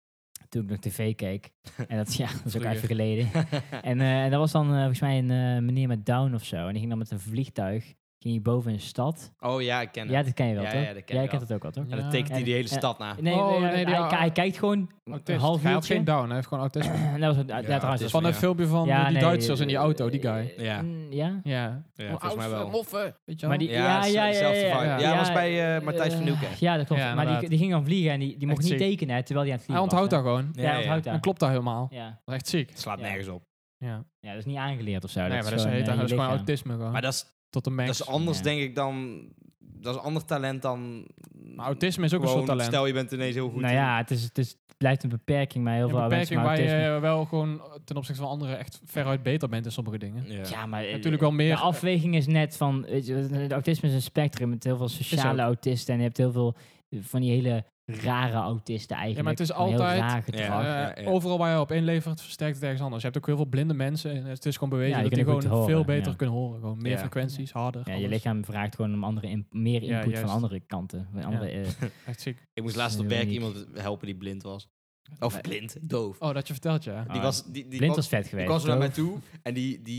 toen ik nog tv keek. En dat, dat is ook Vroeger. even geleden. En dat was dan volgens mij een meneer met Down of zo. En die ging dan met een vliegtuig, ging hij boven een stad. Oh ja, ik ken Ja, het. dat ken je wel, Ja, toch? ja, dat ken Jij ik kent wel. het ook wel, toch? En dan Ja. tekent hij de hele En- stad na. Nee, Oh, nee, nee, die- hij kijkt gewoon een Autist. half Hij heeft uurtje. geen down, hij heeft gewoon autisme. En dat was, ja, trouwens, autisme, Van ja. het filmpje van Ja, die nee, Duitsers in die auto, die guy. Ja. Ja? Ja, Ja, volgens mij wel. Moffen, weet je wel. Maar die, Ja, dezelfde vibe. Ja, Ja. was bij Matthijs van Nieuwkerk. Ja, dat klopt. Ja, maar inderdaad. die ging dan vliegen en die mocht Echt niet ziek. tekenen hè, terwijl hij aan het Hij vliegen onthoudt dat was. gewoon. hè. Ja, onthoudt Dan dat. klopt dat helemaal. Ja. Dat is echt ziek. Slaat Ja. nergens op. Ja. Ja, dat is niet aangeleerd of zo. Nee, dat maar is dat is gewoon, je gewoon lichaam. autisme gewoon. Maar dat is Tot de max. anders, Ja. denk ik, dan... Dat is een ander talent dan... Maar autisme is ook een gewoon, soort talent. Stel, je bent ineens heel goed Nou ja, het blijft een beperking, maar heel Een veel mensen beperking met waar autisme... je wel gewoon ten opzichte van anderen echt veruit beter bent in sommige dingen. Ja. Ja, maar Natuurlijk wel meer- de afweging is net van... weet je, het autisme is een spectrum met heel veel sociale ook. autisten. En je hebt heel veel van die hele rare autisten eigenlijk. Ja, maar het is Van heel altijd- raar gedrag. Ja. Overal waar je op inlevert, versterkt het ergens anders. Je hebt ook heel veel blinde mensen. En het is gewoon bewezen Ja, je dat die kunt ook gewoon goed veel horen, beter ja. kunnen horen. Gewoon meer Ja. frequenties, harder. Ja, je alles. lichaam vraagt gewoon om meer Ja, input van juist. andere kanten. Van andere, Echt ziek. Ik moest laatst op Heel werk uniek. iemand helpen die blind was. Of Nee. blind, doof. Oh, dat je vertelt, ja. Die Ah, was, die blind kwam- was vet die geweest. kwam zo naar mij toch? toe en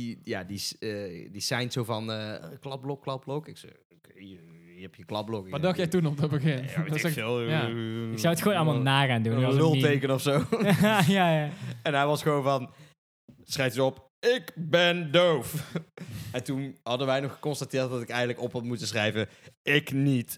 die seint zo van klapblok, klapblok. Ik zei, oké, hier heb je klapblok. Wat dacht jij toen op het begin? Ja, weet Dat ik is echt- veel. ja. Ik zou het gewoon allemaal na gaan doen. Een als een meme. lulteken of zo. ja. En hij was gewoon van, schrijft ze op, ik ben doof. En toen hadden wij nog geconstateerd dat ik eigenlijk op had moeten schrijven, ik niet.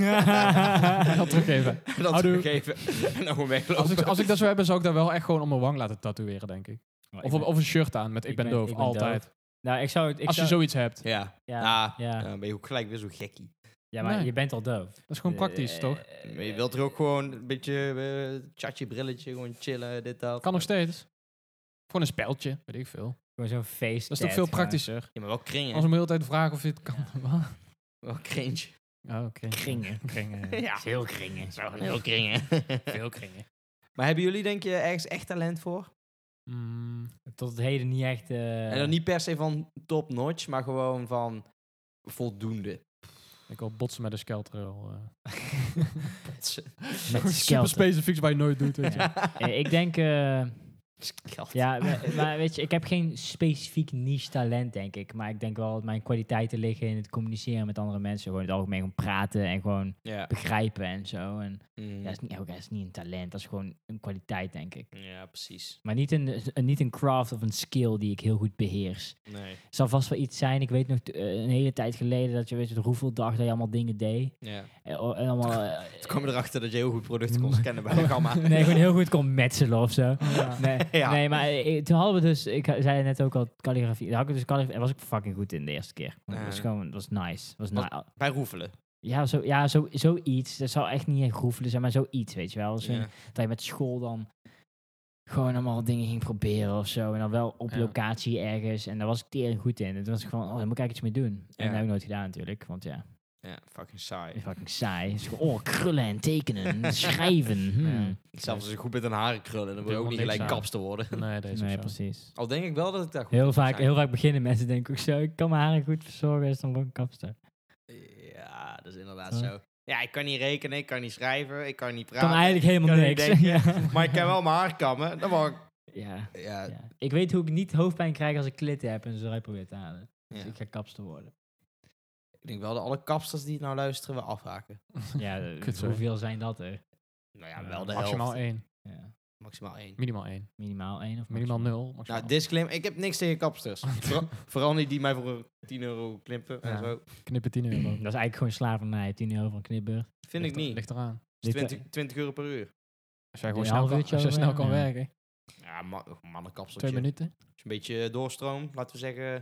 Dat teruggeven. En dat Houdoe. gegeven. En dan gewoon weglopen. Als ik dat zou hebben, zou ik dat wel echt gewoon op mijn wang laten tatoeëren, denk ik. Of een shirt aan met ik ben doof, altijd. Nou, ik zou... Als je zoiets hebt. Ja. Ja, Ja. ja. Ben je ook gelijk weer zo gekkie. Ja, maar Nee. je bent al doof. Dat is gewoon praktisch, Eh, toch? Maar je wilt er ook gewoon een beetje tjatje, brilletje, gewoon chillen, dit, dat. Kan nog steeds. Gewoon een speldje, weet ik veel. Gewoon zo'n face. Dat is toch veel praktischer. Ja, maar wel kringen. Als we de hele tijd vragen of je het kan. Wat? Wel cringe. Oh, oké. Kringen. Kringen. Ja. Heel kringen. Zo een heel kringen. Veel kringen. Maar hebben jullie denk je ergens echt talent voor? Mm, Tot het heden niet echt... En dan niet per se van top notch, maar gewoon van voldoende. ik wil botsen met een skeltrel. met Super skelter. specifiek waar je nooit doet, weet je. Ja. Ik denk... Ja, maar weet je, ik heb geen specifiek niche talent, denk ik. Maar ik denk wel dat mijn kwaliteiten liggen in het communiceren met andere mensen. Gewoon in het algemeen gewoon praten en gewoon Ja. begrijpen en zo. En Mm. ja, dat is niet een talent, dat is gewoon een kwaliteit, denk ik. Ja, precies. Maar niet een craft of een skill die ik heel goed beheers. Nee. Het zal vast wel iets zijn. Ik weet nog een hele tijd geleden dat je weet het Roefeldag dat je allemaal dingen deed. Ja. En allemaal... Toen kwam je erachter dat je heel goed producten kon scannen bij de gamma. Nee, gewoon heel goed kon metselen of zo. Nee, Ja. nee, maar toen hadden we dus... Ik zei net ook al calligrafie. Daar had ik dus calligrafie. Daar was ik fucking goed in de eerste keer. Dat was gewoon... Dat was nice. Bij Roefelen. Zoiets. Dat zou echt niet echt groevelen zijn, maar zoiets, weet je wel. Ja. Dat je met school dan gewoon allemaal dingen ging proberen of zo. En dan wel op Ja. locatie ergens. En daar was ik tering goed in. En toen was ik gewoon, daar moet ik eigenlijk iets mee doen. En Ja. dat heb ik nooit gedaan natuurlijk. Want ja, Ja, fucking saai. dat is fucking saai. Het is gewoon, krullen en tekenen. Schrijven. Zelfs als je goed bent aan haren krullen, dan wil je ook niet Helemaal gelijk niks aan. kapster worden. Nee, deze Nee, of zo. precies. Al denk ik wel dat ik daar goed in Heel zou vaak beginnen mensen denken ook zo, ik kan mijn haren goed verzorgen, dus dan word ik kapster. zijn. Ja, dat is inderdaad Huh? zo. Ja, ik kan niet rekenen, ik kan niet schrijven, ik kan niet Ik praten. kan eigenlijk helemaal kan niet niks. denken. Ja. Maar ik kan wel mijn haar kammen. Dan word ik... Ja. Ja, Ja. Ik weet hoe ik niet hoofdpijn krijg als ik klitten heb en ze eruit probeer te halen. Dus ja. ik ga kapster worden. Ik denk wel dat alle kapsters die het nou luisteren wel afhaken. Ja, Kut, zo. hoeveel zijn dat er? Nou ja, Ja, wel de Maximaal helft. 1. Ja. Maximaal 1. Minimaal 1. Minimaal 1 of Minimaal maximaal? 0. Maximaal. Nou, disclaimer, ik heb niks tegen kapsters. Vooral niet die mij voor €10 knippen en Ja. zo. Knippen 10 euro. Dat is eigenlijk gewoon slavernij, 10 euro voor een knipbeurt. Vind ik niet. Ligt eraan. Het is Dit- €20 per uur. Als jij Een gewoon half snel kan, uurtje als je over, snel kan ja. werken. Ja, mannenkapseltje. 2 minuten. Als je een beetje doorstroomt, laten we zeggen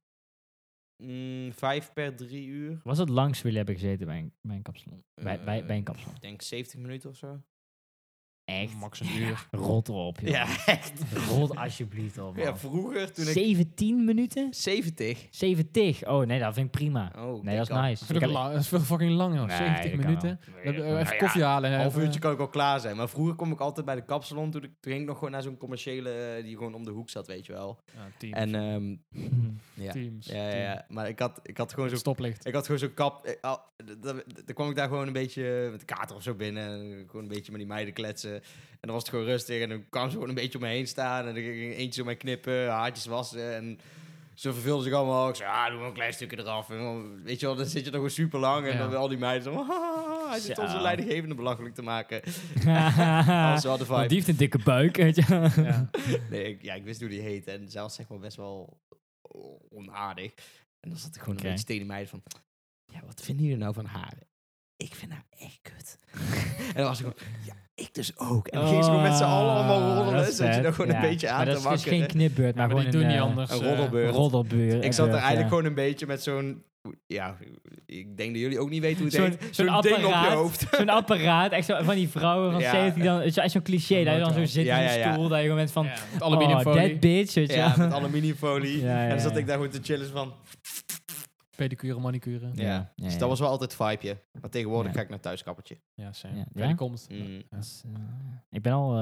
5 per 3 uur. Was het langst jullie hebben gezeten bij een kapsalon? Bij een kapsalon. Ik denk 70 minuten of zo. Echt? Max een uur. Rot op, joh. Ja, echt. Rot alsjeblieft op, man. Ja, vroeger toen ik... 17 minuten? 70? 70? Oh, nee, dat vind ik prima. Oh, Nee, dat is kijk al. nice. Dat vind ik lang. Dat is veel fucking lang, joh. Nee, 70 dat kan minuten. wel. Even Nou ja, koffie halen. Een half even- uurtje kan ik al klaar zijn. Maar vroeger kom ik altijd bij de kapsalon. Toen ging ik nog gewoon naar zo'n commerciële die gewoon om de hoek zat, weet je wel. Ja, Teams. En ja. Teams. Ja. Maar ik had gewoon zo'n Stoplicht. Ik had gewoon zo'n kap. Dan kwam ik daar gewoon een beetje met de kater of zo binnen. En gewoon een beetje met die meiden kletsen. En dan was het gewoon rustig. En dan kwam ze gewoon een beetje om me heen staan. En dan ging eentje zo mij knippen, haartjes wassen. En ze verveelden zich allemaal. Ik zei, doe maar een klein stukje eraf. En dan, weet je wel, dan zit je nog gewoon super lang. En dan bij al die meiden zo... hij zit onze leidinggevende belachelijk te maken. Dat was wel de vibe. Want die heeft een dikke buik, weet je. Ja. Nee, ik wist hoe die heette. En zij was zeg maar best wel onaardig. En dan zat ik gewoon een beetje tegen die meiden van... Ja, wat vinden jullie nou van haar? Ik vind haar echt kut. En dan was ik gewoon... Ja, ik dus ook. En dan ging ze gewoon met z'n allen allemaal roddelen. Zodat je er gewoon een beetje aan te wakkeren. Maar dat is dus geen knipbeurt, maar gewoon die doen een... niet anders. Een roddelbeurt. Roddelbeurt. Ik zat er eigenlijk gewoon een beetje met zo'n... Ja, ik denk dat jullie ook niet weten hoe het heet. Zo'n ding op je hoofd. Zo'n apparaat. Echt zo, van die vrouwen van 70 dan... Het is zo'n cliché. Dat je dan zo zit in een stoel. Dat je gewoon bent van... Met aluminiumfolie. That bitch. Weet je. Ja, met aluminiumfolie. Ja. En dan zat ik daar gewoon te chillen van... Pedicure, manicure. Ja. Dus dat was wel altijd vibeje. Maar tegenwoordig ga ik naar thuiskappertje. Ja, same. Ja. Ja, die komt. Dus, ik ben al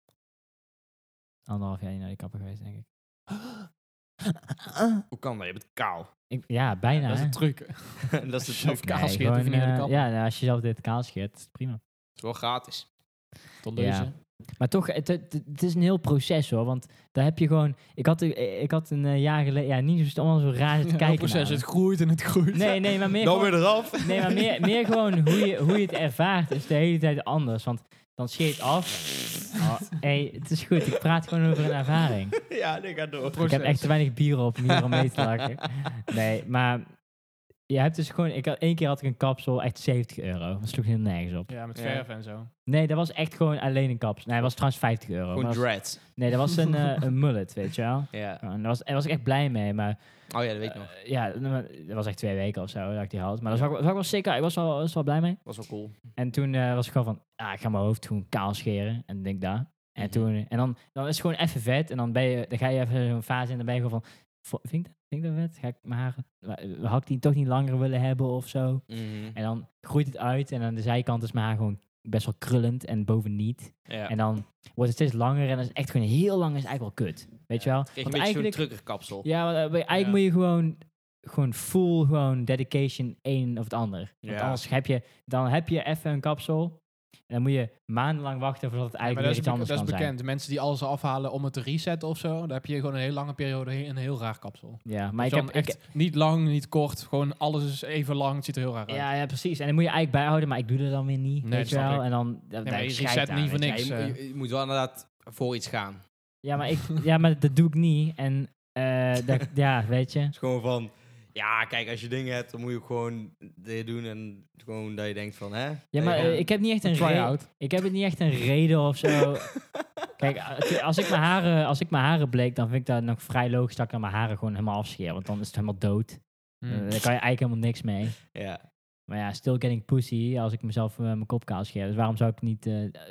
1,5 jaar niet naar die kapper geweest, denk ik. Hoe kan dat? Je bent kaal. Ja, bijna. Dat is hè. een truc. Dat is Als het je kaal scheert, hoef je niet naar de kapper. Ja, nou, als je zelf dit kaal scheert, is het prima. is wel gratis. Tot leuzen. Ja. Maar toch, het is een heel proces hoor. Want daar heb je gewoon... Ik had een jaar geleden... Ja, niet zo allemaal zo raar te kijken proces, naar. het groeit en het groeit. Nee, maar meer Dan gewoon, weer eraf. nee, maar meer gewoon hoe je het ervaart is de hele tijd anders. Want dan scheer je het af. Het is goed. Ik praat gewoon over een ervaring. Ja, dit gaat door. Ik heb echt te weinig bier op om hier om mee te lachen. Nee, maar je hebt dus gewoon... Eén keer had ik een kapsel, echt €70. Dat sloeg heel nergens op. Ja, met Ja. verf en zo. Nee, dat was echt gewoon alleen een kapsel. Nee, dat was trouwens €50. Gewoon Maar dat was- dreads. nee, dat was een mullet, weet je wel. Ja. En daar was ik echt blij mee, maar... Oh ja, dat weet ik nog. Ja, dat was echt 2 weken of zo dat ik die had. Maar dat was ook wel zeker. Ik was wel blij mee. Was wel cool. En toen was ik gewoon van... ik ga mijn hoofd gewoon kaal scheren. En denk daar. En, dan is het gewoon even vet. En dan ga je even zo'n fase in. Dan ben je gewoon van... Vind ik dat vet? Ga ik mijn haren... Had ik die toch niet langer willen hebben of zo? En dan groeit het uit. En aan de zijkant is mijn haar gewoon best wel krullend. En boven niet. Ja. En dan wordt het steeds langer. En dan is het echt gewoon heel lang is het eigenlijk wel kut. Weet je wel? Kreeg je Want een beetje zo'n eigenlijk... truckerkapsel. Ja, want eigenlijk moet je gewoon full gewoon dedication een of het ander. Want Ja. anders heb je even een kapsel. En dan moet je maandenlang wachten voordat het Maar eigenlijk dat weer is, iets anders dat is kan bekend. De mensen die alles afhalen om het te resetten of zo, dan heb je gewoon een hele lange periode een heel raar kapsel. zijn. Ja, maar Dus dan echt niet lang, niet kort. Gewoon alles is even lang. Het ziet er heel raar uit. ja, precies. En dan moet je eigenlijk bijhouden, maar ik doe dat dan weer niet. Nee, weet dat je snap wel? ik. En dan... maar je reset niet voor niks. Je moet wel inderdaad voor iets gaan. Ja, maar dat doe ik niet. En ja, weet je. Het is gewoon van... Ja, kijk, als je dingen hebt, dan moet je ook gewoon dit doen. En gewoon dat je denkt van, hè? Ja, maar ik heb niet echt een reden. Try-out. Ik heb het niet echt een reden of zo. Kijk, als ik mijn haren bleek, dan vind ik dat nog vrij logisch dat ik dan mijn haren gewoon helemaal afscheer. Want dan is het helemaal dood. Daar kan je eigenlijk helemaal niks mee. Ja. Maar ja, still getting pussy als ik mezelf mijn kop kaal scheer. Dus waarom zou ik niet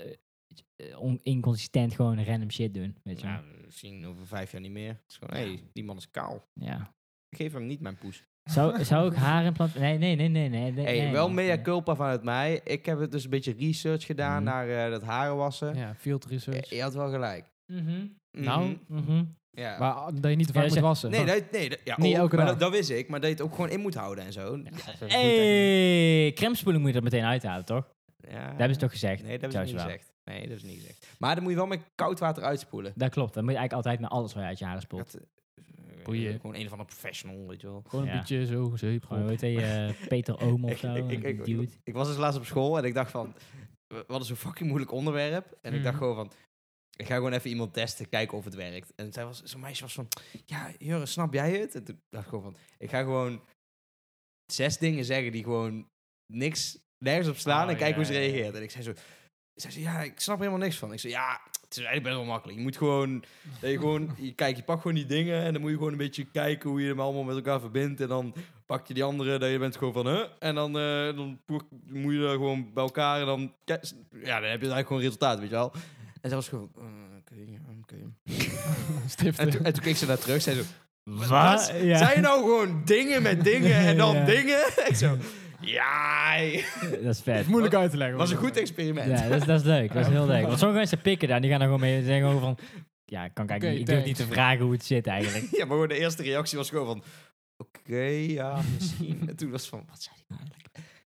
inconsistent gewoon random shit doen? Weet je wel? Nou, misschien over 5 jaar niet meer. Het is gewoon, hé, die man is kaal. Ja. Ik geef hem niet mijn poes. Zou ik haar implanten? Nee. Wel mea culpa vanuit mij. Ik heb het dus een beetje research gedaan naar dat haren wassen. Ja, field research. Je had wel gelijk. Nou, Ja. Maar dat je niet te vaak Ja, moet wassen. Nee, Niet elke dag. dat wist ik. Maar dat je het ook gewoon in moet houden en zo. Hey, crèmespoeling moet je er meteen uithalen, toch? Ja. Dat hebben ze toch gezegd? Nee, dat hebben ze niet Sowieso. gezegd. Nee, dat hebben ze niet gezegd. Maar dan moet je wel met koud water uitspoelen. Dat klopt. Dat moet je eigenlijk altijd met alles waar je uit je haren spoelt. Dat, Boeien. gewoon een of andere professional, weet je wel. Gewoon een Ja. beetje zo, zeep. Gewoon, hoe heet hij? Peter Oom of zo? Ik- die dude. Ik was dus laatst op school en ik dacht van... We hadden zo'n fucking moeilijk onderwerp. En ik dacht gewoon van... Ik ga gewoon even iemand testen, kijken of het werkt. En zo'n meisje was van... Ja, Jurre, snap jij het? En toen dacht ik gewoon van... Ik ga gewoon 6 dingen zeggen die gewoon nergens op slaan. Oh, En kijken hoe ze ja, ja. reageert. En ik zei zo... Ja, ik snap er helemaal niks van. Ik zei, ja, het is eigenlijk best wel makkelijk. Je moet gewoon... je pakt gewoon die dingen en dan moet je gewoon een beetje kijken hoe je hem allemaal met elkaar verbindt. En dan pak je die andere, dat je bent gewoon van, en dan moet je er gewoon bij elkaar en dan... Ja, dan heb je eigenlijk gewoon resultaat, weet je wel. En zij was gewoon, oké. Stiften. En toen keek ze naar terug, zei zo, Wat? Ja. Zijn je nou gewoon dingen met dingen en dan Ja. dingen? Ik zo, ja, Dat is vet. Moeilijk uit te leggen. was een goed experiment. Ja, dat is leuk. Dat is heel leuk. Want sommige mensen pikken daar. Die gaan er gewoon mee. Die zeggen gewoon van... Ja, ik kan kijken. Oké, Ik durf niet thanks. te vragen hoe het zit eigenlijk. Ja, maar gewoon de eerste reactie was gewoon van... Oké, ja, misschien. En toen was het van, wat zei hij nou eigenlijk?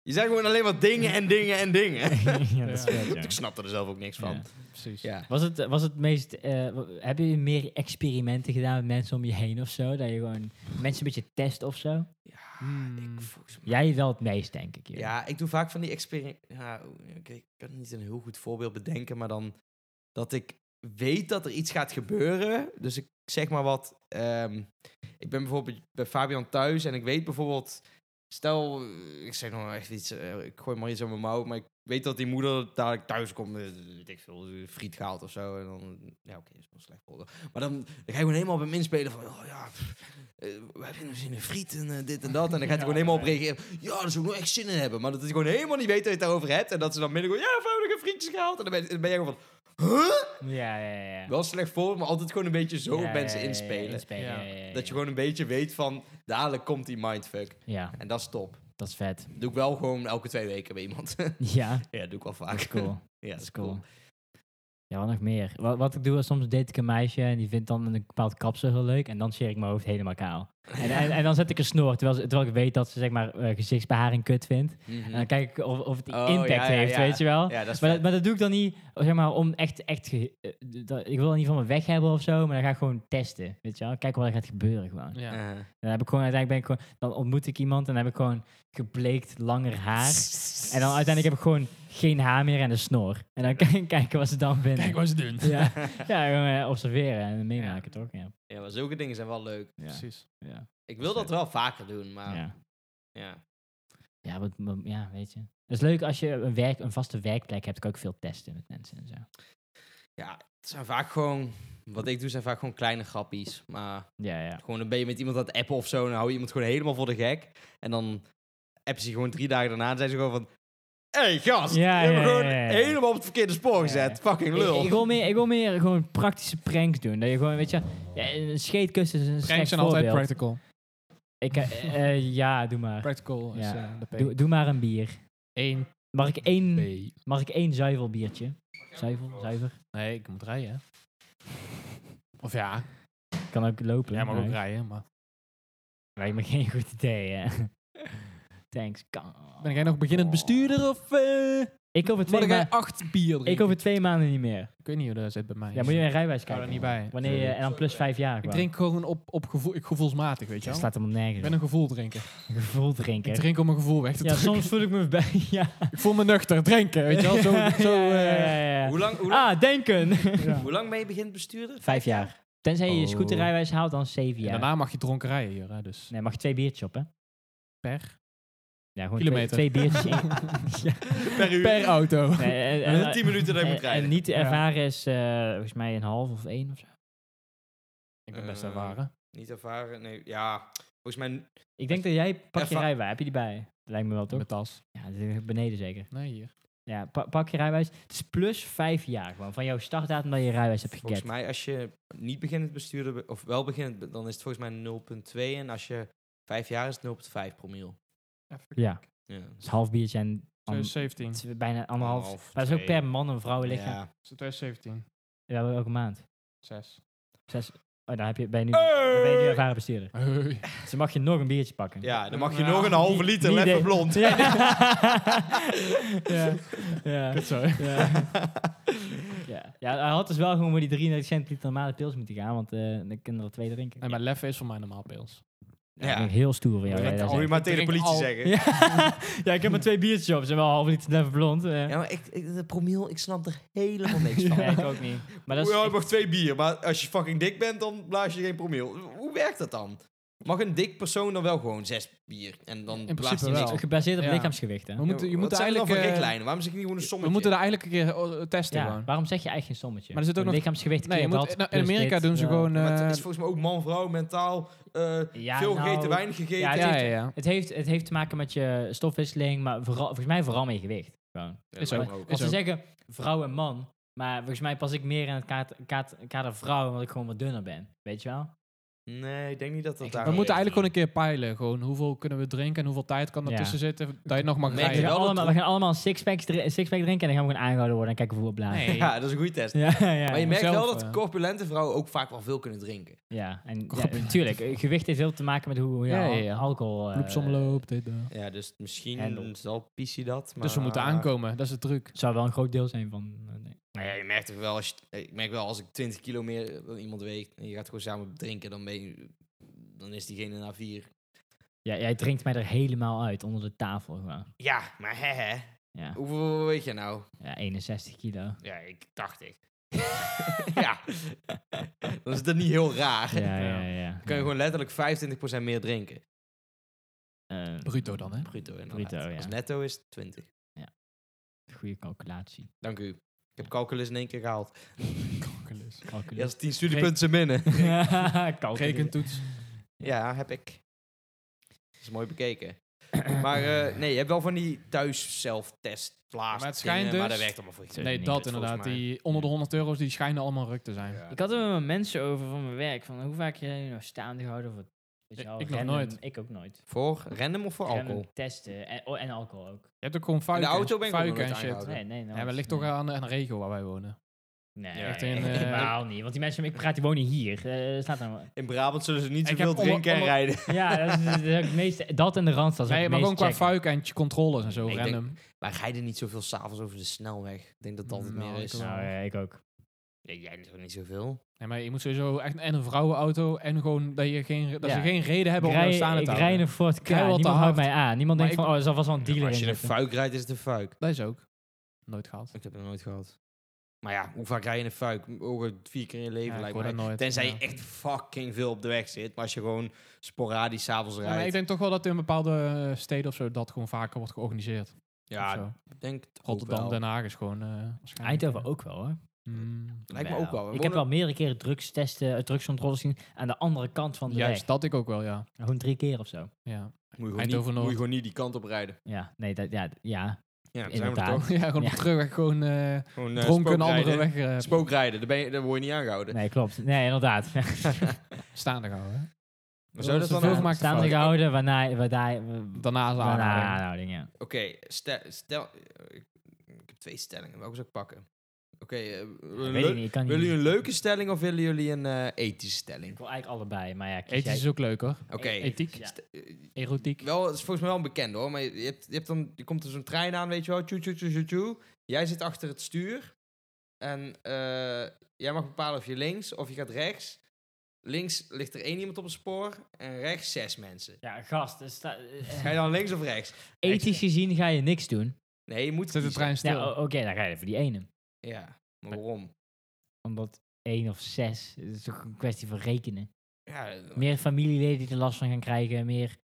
Je zegt gewoon alleen maar dingen en dingen en dingen. Ja, dat is vet, ja. Ik snapte er zelf ook niks van. Ja. Precies. Ja. Was het meest... heb je meer experimenten gedaan met mensen om je heen of zo? Dat je gewoon mensen een beetje test of zo? Volgens mij... Jij wel het meest, denk ik. joh. Ja, ik doe vaak van die experimenten... Ja, ik kan niet een heel goed voorbeeld bedenken, maar dan dat ik weet dat er iets gaat gebeuren. Dus ik zeg maar wat... ik ben bijvoorbeeld bij Fabian thuis en ik weet bijvoorbeeld... Stel, ik zeg nog echt iets, ik gooi maar iets aan mijn mouw, maar ik weet dat die moeder dadelijk thuis komt met, weet ik veel, friet gehaald of zo. En dan, ja oké, dat is wel slecht voor. Maar dan ga je gewoon helemaal op hem inspelen van, oh ja, we hebben nog zin in friet en dit en dat. En dan gaat hij gewoon helemaal op reageren. Ja, daar zou ik nog echt zin in hebben. Maar dat hij gewoon helemaal niet weet dat je het daarover hebt. En dat ze dan midden gewoon, ja, we hebben nog frietjes gehaald. En dan ben je gewoon van, huh? Ja. Wel slecht voor, maar altijd gewoon een beetje zo op mensen inspelen. Ja. Dat je gewoon een beetje weet van, dadelijk komt die mindfuck. Ja, En dat is top. dat is vet. Dat doe ik wel gewoon elke 2 weken bij iemand. Ja, Ja, dat doe ik wel vaak. dat is cool. Ja, Dat is cool. Ja, wat nog meer? Wat ik doe is soms date ik een meisje en die vindt dan een bepaald kapsel heel leuk. En dan scheer ik mijn hoofd helemaal kaal. En dan zet ik een snor, terwijl ik weet dat ze zeg maar gezichtsbeharing kut vindt. Mhm. En dan kijk ik of het Oh, impact ja, heeft, ja. weet je wel. Ja, dat is Maar, vet. maar dat doe ik dan niet, zeg maar, om echt ik wil dat niet van me weg hebben of zo, maar dan ga ik gewoon testen, weet je wel. Kijken wat er gaat gebeuren gewoon. Ja. Dan heb ik gewoon, uiteindelijk dan ontmoet ik iemand en dan heb ik gewoon gebleekt langer haar. En dan uiteindelijk heb ik gewoon geen haar meer en een snor. En dan kijken wat ze dan vinden. Kijk wat ze doen. Ja, ja gewoon observeren en meemaken, toch? Ja. Ja, maar zulke dingen zijn wel leuk. Ja. Precies. Ja. Ik wil dat wel vaker doen, maar Ja. ja. Ja, weet je. Het is leuk als je een vaste werkplek hebt, kan ik ook veel testen met mensen en zo. Ja, het zijn vaak gewoon... Wat ik doe zijn vaak gewoon kleine grappies. Maar Ja. gewoon dan ben je met iemand aan het appen of zo... en dan hou je iemand gewoon helemaal voor de gek. En dan appen ze gewoon 3 dagen daarna... en zijn ze gewoon van... Hey gast, Ja, je hebt me ja, gewoon ja, ja. helemaal op het verkeerde spoor gezet. Fucking lul. Ik wil meer gewoon praktische pranks doen. Dat je gewoon, weet je, een scheetkus is een Pranks slecht zijn altijd voorbeeld. practical. Ja, doe maar. Practical is Ja. de P. Doe maar een bier. 1 Mag ik één zuivelbiertje? Zuiver? Nee, ik moet rijden. Of ja, Kan ook lopen. jij mag ook maar rijden, maar... lijkt me geen goed idee, hè. Thanks. Ben jij nog beginnend bestuurder of... Ik over Moet 2 jij maanden. 8 bier drinken? Ik over 2 maanden niet meer. Ik weet niet hoe dat zit bij mij. Ja, moet je een rijbewijs Ik hou er kijken. niet bij. Wanneer je, en dan plus 5 jaar. Ik gewoon. drink gewoon op gevoelsmatig, weet je Dat wel. slaat helemaal Ik nergens. ben een gevoel drinken. Gevoel drinken. Ik drink om mijn gevoel weg te Ja, drukken. soms voel ik me bij. Ja. Ik voel me nuchter drinken, weet je wel. Ja. Hoe lang Denken. hoe lang ben je begint bestuurder? 5 jaar. Tenzij je je Oh. scooterrijbewijs haalt, dan 7 En jaar. daarna mag je dronken rijden hier, hè, dus Nee, mag je 2 biertjes op, hè? per Ja, gewoon kilometer. 2 biertjes in. Ja. Per uur. Per auto. Nee, En 10 minuten dat je moet rijden. En niet te Ja. ervaren is volgens mij een half of 1 of zo. Ik ben best ervaren. Niet ervaren, nee. Ja, volgens mij... Ik denk dat jij pak je Erva- rijbewijs. Heb je die bij? Dat lijkt me wel, toch? Met tas. Ja, dat is beneden zeker. Nee, hier. Ja, pak je rijbewijs. Het is plus 5 jaar gewoon. Van jouw startdatum dat je rijbewijs hebt Volgens geget. mij als je niet beginnend bestuurder... of wel beginnend, dan is het volgens mij 0,2. En als je 5 jaar is het 0,5 promiel. Ja, Ja. dat is een half biertje en dan 2017. bijna anderhalf. Anderhalf, Maar dat is ook 2. per man en vrouw lichaam. Ja. 2017. Ja, welke maand? 6. 6. Oh, dan ben je nu ervaren bestuurder. Hey. Dus dan mag je nog een biertje pakken. Ja, dan mag je Ja, nog een halve liter niet lekker de- blond. Ja. Ja. Goed zo. Ja. Ja, hij had dus wel gewoon voor die 33 cent liter normale pils moeten gaan, want dan kunnen er 2 drinken. En mijn lef is voor mij normaal pils. Ja. Ja. Dat vind ik heel stoer van jou. Ja, dat jij dat Moet je zegt. maar tegen de drink politie al- zeggen. Ja. Ja, ik heb maar 2 biertjes op. Ze zijn wel half liter never blond. Ja, maar de promiel, ik snap er helemaal niks van. Nee, ik ook niet. Maar dat is Ja, je echt- mag 2 bier, maar als je fucking dik bent, dan blaas je geen promiel. Hoe werkt dat dan? Mag een dik persoon dan wel gewoon 6 bier? En dan In blaast principe hij wel. niks? gebaseerd op Ja. lichaamsgewicht, hè? We moeten, je Wat moet zijn er dan eigenlijk... voor richtlijnen? Waarom zeg je niet gewoon een sommetje? we moeten er eigenlijk een keer testen Ja, gewoon. waarom zeg je eigenlijk geen sommetje? Maar er zit ook nog- lichaamsgewicht Nee, je keer moet, dat, in plus Amerika dit, doen ze ja. gewoon... Maar het is volgens mij ook man, vrouw, mentaal, Ja, veel nou, gegeten, weinig gegeten. ja, Ja, ja, ja. Het heeft te maken met je stofwisseling, maar volgens mij vooral met je gewicht. Gewoon. Ja, Is lijkt ook. me ook. Want ze ook. zeggen vrouw en man, maar volgens mij pas ik meer in het kader vrouw, omdat ik gewoon wat dunner ben. Weet je wel? Nee, ik denk niet dat dat daar... We moeten eigenlijk gewoon een keer peilen. Gewoon hoeveel kunnen we drinken en hoeveel tijd kan ertussen zitten dat je nog mag Merk je rijden. wel dat We gaan allemaal een sixpack drinken en dan gaan we gewoon aangehouden worden en kijken hoeveel we blazen. Nee. Ja, dat is een goede test. Ja, ja, Maar je merkt zelf, wel dat corpulente vrouwen ook vaak wel veel kunnen drinken. ja, en natuurlijk. Gewicht heeft veel te maken met hoe je alcohol... Bloedsomloop, dit, dat. Ja, dus misschien Handelt. zal Pissie dat. Maar, Dus we moeten aankomen, dat is de truc. zou wel een groot deel zijn van... Maar ja, je merkt toch wel, ik merk wel als ik 20 kilo meer dan iemand weegt en je gaat gewoon samen drinken, dan is diegene na 4. Ja, jij drinkt mij er helemaal uit onder de tafel gewoon. Ja, maar hè. Ja, Hoeveel weet je nou? ja 61 kilo. Ja, ik 80. Ja. Dan is dat niet heel raar. Ja. Dan kan je gewoon letterlijk 25% meer drinken. Bruto dan, hè? Bruto, inderdaad. Bruto, ja. Als netto is het 20. Goede calculatie. Dank u. Ik heb calculus in 1 keer gehaald. Calculus. Ja, als 10 studiepunten zijn binnen. Calculus. Rekentoets. Ja, heb ik. Dat is mooi bekeken. Maar nee, je hebt wel van die thuis zelftest Maar het schijnt dus- maar dat werkt allemaal voor je. Nee, niet, dat volgens inderdaad. mij. Die onder de 100 euro's, die schijnen allemaal ruk te zijn. Ja. Ik had er met mijn mensen over van mijn werk. Van hoe vaak jij nog staande gehouden voor... weet je wel, Ik nog random- nooit. Ik ook nooit. Voor random of voor Random alcohol? testen. En alcohol ook. Je hebt ook gewoon In de fuiken, auto ben ik ook nog fuiken nooit en shit. aangehouden. Nee, Ja, maar het ligt toch aan de regio waar wij wonen. Nee, echt nee, in, helemaal niet. Want die mensen met wie ik praat, die wonen hier. Staat nou... In Brabant zullen ze niet Ik zoveel heb drinken en onder- rijden. Ja, dat is ook het meeste... Dat en de Randstad. is ook Nee, het maar gewoon meeste qua checken. fuiken en controles en zo, Ik denk- random. Maar rijden niet zoveel s'avonds over de snelweg. Ik denk dat dat het Nou, meer ik is. wel. Nou, ja, ik ook. Ja, jij toch niet zoveel? Nee, maar je moet sowieso echt en een vrouwenauto en gewoon dat je geen, dat Ja. ze geen reden hebben Ik om jou rij, staan te ik houden. rij een Ford K. Rij wat te Niemand houdt hard. mij aan. Niemand Maar denkt van, er zal vast wel een dealer als in je een zitten. fuik rijdt, is het een fuik. Dat is ook. Nooit gehad. Ik heb het nooit gehad. Maar ja, hoe vaak rij je een fuik? Ook 4 keer in je leven Ja, ik lijkt hoor mij. dat nooit. Tenzij Ja. je echt fucking veel op de weg zit. Maar als je gewoon sporadisch s'avonds Ja, rijdt. maar ik denk toch wel dat in bepaalde steden of zo dat gewoon vaker wordt georganiseerd. Of ja, zo. ik denk het ook Rotterdam, wel. Den Haag is gewoon waarschijnlijk. Eindhoven ook wel, hoor. Lijkt me ook wel. We Ik heb wel wonen- meerdere keren drugscontroles gezien aan de andere kant van de Juist, weg. dat ik ook wel, ja. Gewoon 3 keer of zo. Ja, Moet je gewoon Eindhoven niet, Noord. moet je gewoon niet die kant op rijden. Ja, nee, ja. Ja, dan zijn we er Inderdaad. toch. ja gewoon op Ja. de terugweg gewoon Gewoon dronken een andere spookrijden. weg Spookrijden, daar word je niet aangehouden. Nee, klopt. Nee, inderdaad. staande houden. Hè? Maar zou je dat Zoveel dan... gemaakt Staande fout. gehouden, waarna Daarna is de aanhouding. aanhouding, ja. Oké, stel... Ik heb 2 stellingen. Welke zou ik pakken? Oké, Weet ik niet, ik kan niet. willen jullie een leuke stelling of willen jullie een ethische stelling? Ik wil eigenlijk allebei, maar ja, kies Ethisch jij- is ook leuk hoor. Oké. Ethiek, Ja. erotiek. Wel, het is volgens mij wel een bekend hoor. Maar je hebt dan, je komt er zo'n trein aan, weet je wel. Tjoe, tjoe, tjoe, tjoe, tjoe. Jij zit achter het stuur. En jij mag bepalen of je links of je gaat rechts. Links ligt er 1 iemand op het spoor. En rechts 6 mensen. Ja, gast. Ga je dan links of rechts? Ethisch gezien ga je niks doen. Nee, je moet Zet de kiezen. trein stil. Ja, oké, dan ga je voor die ene. Ja, maar waarom? Omdat 1 of 6, het is toch een kwestie van rekenen. Ja, Meer familieleden die er last van gaan krijgen,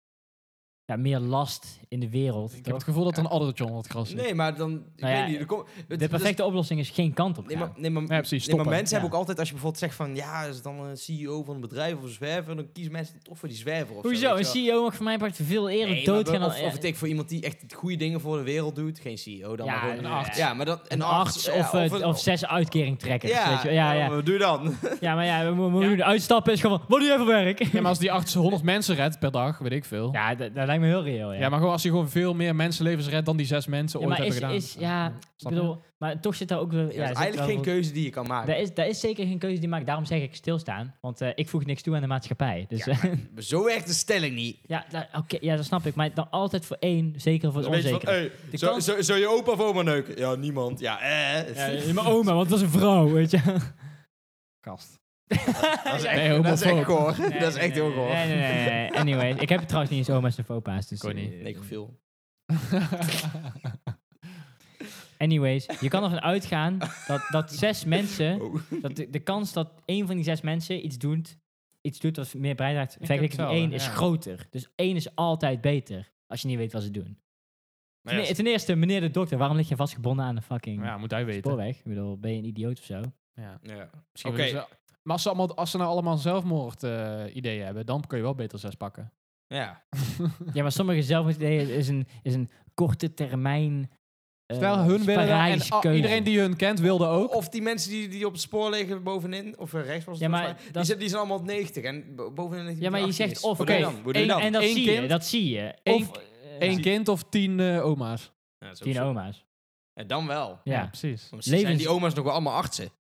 meer last in de wereld. Ik heb toch? het gevoel dat er een addertje onder het gras zit. nee, maar dan... Ik Nou ja, weet niet. De perfecte oplossing is geen kant op Nee, gaan. maar Ja, precies, nee, maar stoppen. mensen Ja. hebben ook altijd, als je bijvoorbeeld zegt van, ja, is het dan een CEO van een bedrijf of een zwerver, dan kiezen mensen toch voor die zwerver of Hoezo? zo. Een weet je wel. CEO mag voor mij part veel eerder Nee, doodgaan maar dan... of het ik voor iemand die echt goede dingen voor de wereld doet, geen CEO, dan maar gewoon een arts. Ja, maar dat een arts of 6 uitkeringtrekkers. Ja, weet je? Ja. wat doe je dan? Ja, maar ja, we moeten uitstappen is gewoon, wat doe jij voor werk? Ja, maar als die arts 100 mensen redt per dag, weet ik veel. Ja, dat lijkt me heel reëel, ja. Ja, maar gewoon als hij gewoon veel meer mensenlevens redt dan die 6 mensen Ja, ooit maar hebben is, gedaan. ik Snap je? bedoel, maar toch zit daar ook... Dat is eigenlijk geen keuze die je kan maken. Daar is zeker geen keuze die je maakt. Daarom zeg ik stilstaan. Want ik voeg niks toe aan de maatschappij. Dus Ja, maar zo werkt de stelling niet. oké, ja, dat snap ik. Maar dan altijd voor 1, zeker voor het Dan weet je van, onzeker. hey, De zou kans- zou je opa of oma neuken? Ja, niemand. Ja, Ja, mijn oma, want dat is een vrouw, weet je. Kast. Dat is echt, Nee, dat is echt homofoob. goor. Dat is echt heel goor. Nee. Anyway, ik heb trouwens niet eens oma's of opa's. Dus, Ik ook niet. Necrofiel. anyways, je kan ervan uitgaan dat 6 mensen... Oh. Dat de kans dat 1 van die 6 mensen iets doet wat meer bijdraagt, vergeleken met hetzelfde, 1 is ja. groter. Dus 1 is altijd beter. Als je niet weet wat ze doen. Maar ja, Ten eerste, meneer de dokter, waarom lig je vastgebonden aan de fucking Ja, moet hij weten. spoorweg? Ik bedoel, ben je een idioot of zo? Ja. ja. Misschien Oké. willen ze- maar als ze nou allemaal zelfmoord ideeën hebben, dan kun je wel beter 6 pakken. Ja. Ja, maar sommige zelfmoordideeën is een korte termijn Stel, hun willen dat en sporadische keuze. iedereen die hun kent wilde ook. Of die mensen die op het spoor liggen bovenin, of rechts was het Ja, maar volgens mij, dat is- die zijn allemaal op 90 en bovenin ligt Ja, maar je 18 zegt is. of... Wat doe je oké, dan? Hoe doe je dan? En dat Eén zie je, kind, dat zie je. één- Of... 1 kind of 10 oma's. Ja, dat is ook 10 zo. oma's. Ja, dan wel. Ja. precies. Want zijn Levens- die oma's nog wel allemaal artsen?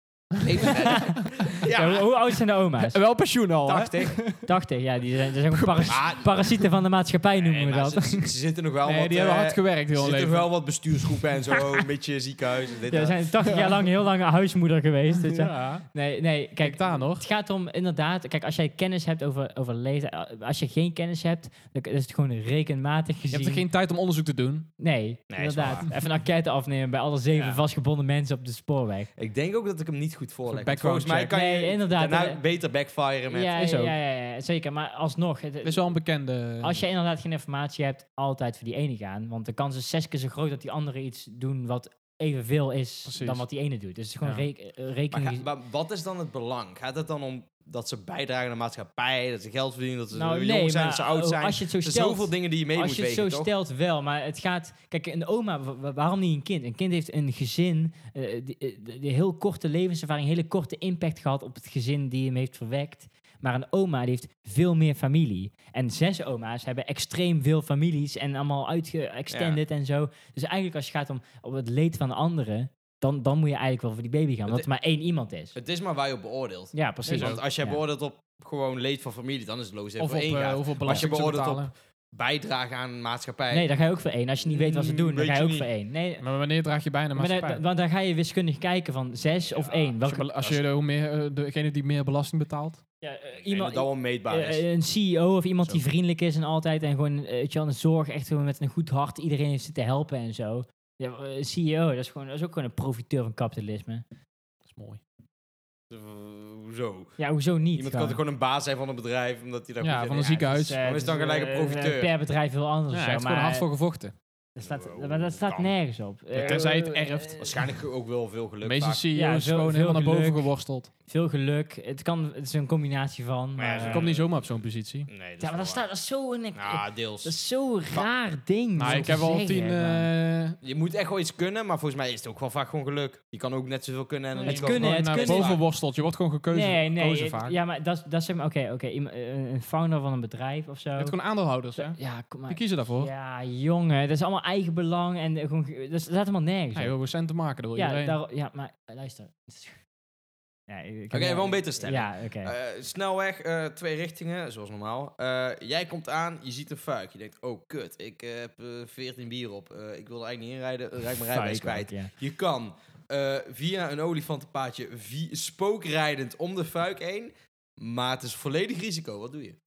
Ja, hoe oud zijn de oma's? Wel pensioen al, hè? 80. 80, ja. Die zijn gewoon Maar- parasieten van de maatschappij noemen Nee, we maar dat. ze zitten nog wel Nee, wat... die hebben hard gewerkt heel er hun zitten leven. nog wel wat bestuursgroepen en zo, een beetje ziekenhuizen. Dit, Ja, dat. zijn 80 jaar lang heel lang huismoeder geweest. Weet je. Ja. Nee, kijk, Kijk daar nog. het gaat om inderdaad... Kijk, als jij kennis hebt over leeftijd... Als je geen kennis hebt, dan is het gewoon rekenmatig Je gezien. hebt er geen tijd om onderzoek te doen. Nee, is inderdaad. waar. Even een enquête afnemen bij alle 7 Ja. vastgebonden mensen op de spoorweg. Ik denk ook dat ik hem niet goed voorleg. Want background volgens mij check. kan je Nee, inderdaad. daarna beter backfiren met... Ja, is ook. ja, zeker. Maar alsnog... Het is wel een bekende... Als je inderdaad geen informatie hebt, altijd voor die ene gaan. Want de kans is 6 keer zo groot dat die anderen iets doen wat evenveel is Precies. dan wat die ene doet. Dus het is gewoon Ja. rekening... Maar wat is dan het belang? Gaat het dan om dat ze bijdragen aan de maatschappij, dat ze geld verdienen, dat ze Nou, jong nee, zijn, maar dat ze oud zijn? als je het zo Er zijn stelt... zoveel dingen die je mee Als moet je het wegen, zo toch? stelt wel, maar het gaat... Kijk, een oma, waarom niet een kind? Een kind heeft een gezin, die heel korte levenservaring, hele korte impact gehad op het gezin die hem heeft verwekt. Maar een oma die heeft veel meer familie. En 6 oma's hebben extreem veel families en allemaal extended en zo. Dus eigenlijk als het gaat om het leed van de anderen, dan moet je eigenlijk wel voor die baby gaan. Omdat er maar 1 iemand is. Het is maar waar je op beoordeelt. Ja, precies. Want als jij Ja. beoordeelt op gewoon leed van familie, dan is het logisch dat je Of voor op één gaat. hoeveel Maar als je belasting ze beoordeelt op betalen. bijdrage aan de maatschappij... Nee, dan ga je ook voor 1. Als je niet weet wat ze doen, dan Weet ga je je ook niet. voor 1. Nee, Maar wanneer draag je bijna maar maatschappij? want dan ga je wiskundig kijken van 6 of 1. Als je hoe meer, degene die meer belasting betaalt. iemand dat wel meetbaar is. een CEO of iemand Zo. die vriendelijk is en altijd en gewoon, weet je wel, een zorg echt gewoon met een goed hart iedereen heeft zitten helpen en zo. Ja, CEO, dat is ook gewoon een profiteur van kapitalisme. Dat is mooi. Hoezo? Ja, hoezo niet? Iemand kan toch gewoon een baas zijn van een bedrijf, omdat hij daar Ja, goed van in een ziekenhuis. Waarom is het dan gelijk een profiteur? Per bedrijf heel anders. Ja, of hij zo, heeft gewoon hard voor gevochten. maar dat staat Kan. nergens op. Tenzij je het erft. Waarschijnlijk ook wel veel De geluk. meeste vaak. CEO's Ja, is veel- gewoon veel helemaal naar boven geluk. geworsteld. Veel geluk. Het is een combinatie van. Maar ja, maar, ze Je komt niet zomaar op zo'n positie. Nee, dat is Ja, maar wel dat staat dat is zo'n... waar. deels. Dat is zo'n raar ding. Nou, om ik te heb al zeggen, 10... Je moet echt wel iets kunnen, maar volgens mij is het ook wel vaak gewoon geluk. Je kan ook net zoveel kunnen en dan Het niet wel kunnen, gewoon het naar kunnen. boven worstelt. Je wordt gewoon gekozen Nee, vaak. ja, maar dat is zeg maar, oké, een founder van een bedrijf of zo. Je hebt gewoon aandeelhouders, hè? Ja, kom maar. Die kiezen daarvoor. Ja, jongen, dat is allemaal eigen belang en gewoon, dat staat helemaal nergens Ja, op. joh, we centen maken, dat wil Ja, iedereen. ja, maar luister. Ja, Oké, wel een betere stelling. Ja, oké. Snelweg, 2 richtingen, zoals normaal. Jij komt aan, je ziet een fuik. Je denkt, oh kut, ik heb 14 bier op. Ik wil er eigenlijk niet inrijden, rijd mijn rijbewijs Fuik ook, kwijt. ja. Je kan via een olifantenpaadje spookrijdend om de fuik heen. Maar het is volledig risico. Wat doe je?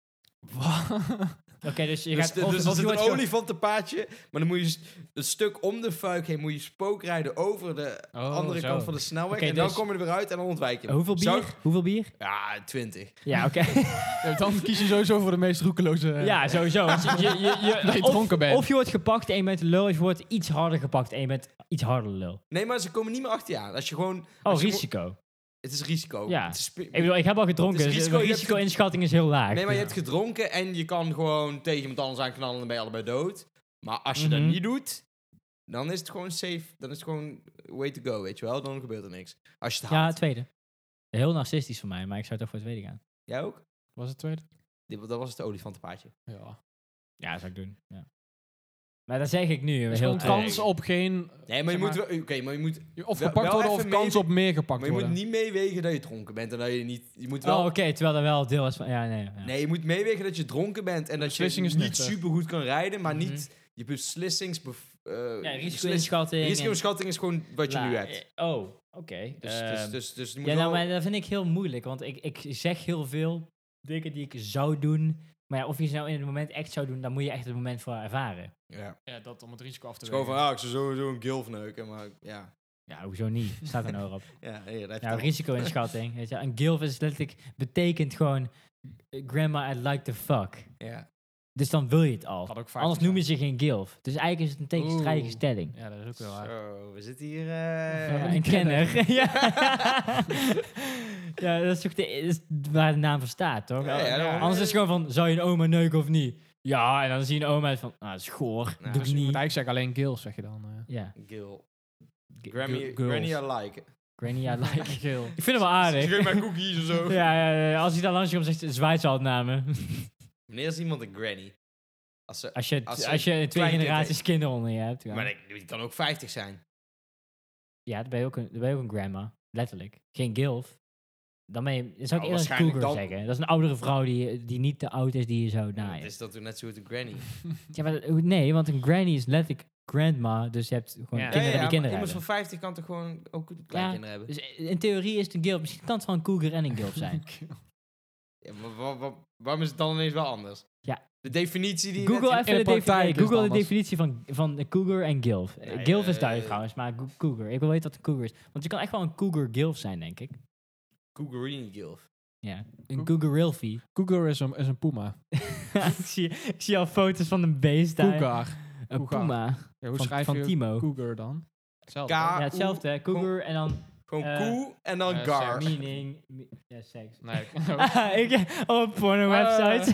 Oké, dus je Dus, gaat... dus of er je zit een wordt gewoon- olifantenpaadje, maar dan moet je een stuk om de fuik heen moet je spookrijden over de Oh, andere zo. kant van de snelweg. Oké, en dan dus- kom je er weer uit en dan ontwijk je hem. Hoeveel bier? Zou- Hoeveel bier? Ja, 20. Ja, oké. Ja, dan kies je sowieso voor de meest roekeloze... Ja, sowieso. Want Dat je dronken bent. Of je wordt gepakt en je bent lul, of je wordt iets harder gepakt en je bent iets harder lul. Nee, maar ze komen niet meer achter je aan. Als je gewoon... Oh, als je risico. het is risico. Ja. Het is Ik bedoel, ik heb al gedronken, Het is dus risico, de je hebt risico-inschatting is heel laag. Nee, maar je hebt gedronken en je kan gewoon tegen iemand anders aanknallen en dan ben je allebei dood. Maar als je dat Mhm. niet doet, dan is het gewoon safe. Dan is het gewoon way to go, weet je wel. Dan gebeurt er niks. Als je het Ja, haalt. het tweede. Heel narcistisch van mij, maar ik zou toch voor het tweede gaan. Jij ook? Was het tweede? Dat was het olifantenpaadje. Ja. Ja, dat zou ik doen. Ja. Maar dat zeg ik nu. Er is heel gewoon kans op geen... Nee, maar je Zeg moet wel... Oké, maar je moet... Of Wel- gepakt wel worden of even kans mee- op meer gepakt Maar je moet worden. niet meewegen dat je dronken bent. En dat je niet... Je moet wel... Oh, oké, terwijl dat wel deel is van... Ja, nee. Ja. Nee, je moet meewegen dat je dronken bent en dat je Beslissing is niet nuchter. super goed kan rijden, maar Mhm. niet je beslissings... Ja, risico-inschatting. Risico-inschatting is gewoon wat je nu hebt. Oh, oké. Dus je moet Ja, wel... nou, maar dat vind ik heel moeilijk, want ik zeg heel veel dingen die ik zou doen. Maar ja, of je ze nou in het moment echt zou doen, dan moet je echt het moment voor ervaren. Ja. Ja, dat om het risico af te Het is gewoon van, ik zou sowieso een gilf neuken, maar ja. Ja, hoezo niet? Staat er nou op. Ja, hier, dat heeft Nou, al. risico-inschatting. Weet je, een gilf is letterlijk, betekent gewoon, grandma, I like the fuck. Ja. Dus dan wil je het al. Had ook vaak Anders noemen ze geen gilf. Dus eigenlijk is het een tegenstrijdige Oeh. stelling. Ja, dat is ook wel waar. Zo, we zitten hier... Een kenner. Ja. Ja, dat is toch waar de naam voor staat, toch? Ja, daarom. Anders is het gewoon van, zou je een oma neuken of niet? Ja, en dan zie je een oma van, dat is goor, Nou, doe Dus ik je moet niet. eigenlijk zeggen alleen gills, zeg je dan. Ja. Gil. Girls. Granny I like. Granny, I like. Geel. Ik vind hem wel aardig. Geef mij cookies of zo. Ja, als hij dan langs komt, zwaait ze altijd naar me. Wanneer is iemand een granny? Als ze, Als je Als 2 klein generaties kind kinderen onder je hebt. Ja, Maar die kan ook 50 zijn. ja dan ben je ook een grandma. Letterlijk. Geen gilf. Dan ben je... Dan zou ik Nou, eerder een waarschijnlijk cougar dan- zeggen. Dat is een oudere vrouw die niet te oud is, die je zou naaien. Het is dat toen net zo goed een granny. Ja, maar nee, want een granny is letterlijk grandma. Dus je hebt gewoon Ja. kinderen die maar kinderen iemand hebben. van 50 kan toch gewoon ook kleinkinderen hebben? Dus in theorie is het een gilf. Misschien kan het wel een cougar en een gilf zijn. Ja, maar waarom is het dan ineens wel anders? Ja. De definitie die... Google net- even in de praktijk is het Google de anders. definitie van een cougar en gilf. Nee, Gilf is duidelijk trouwens, maar cougar. Ik wil weten wat een cougar is. Want je kan echt wel een cougar gilf zijn, denk ik. Cougarini Gilf. Ja, een cougar rilfie. Cougar is een puma. ik zie al foto's van een beest daar. Cougar. Een Cougar. puma. Ja, hoe Van- schrijf van je Timo. cougar dan? Hetzelfde. K- Ja, hetzelfde. Hè? Cougar en dan Gewoon koe en dan gar. meaning. Ja, seks. Nee. Op porno websites.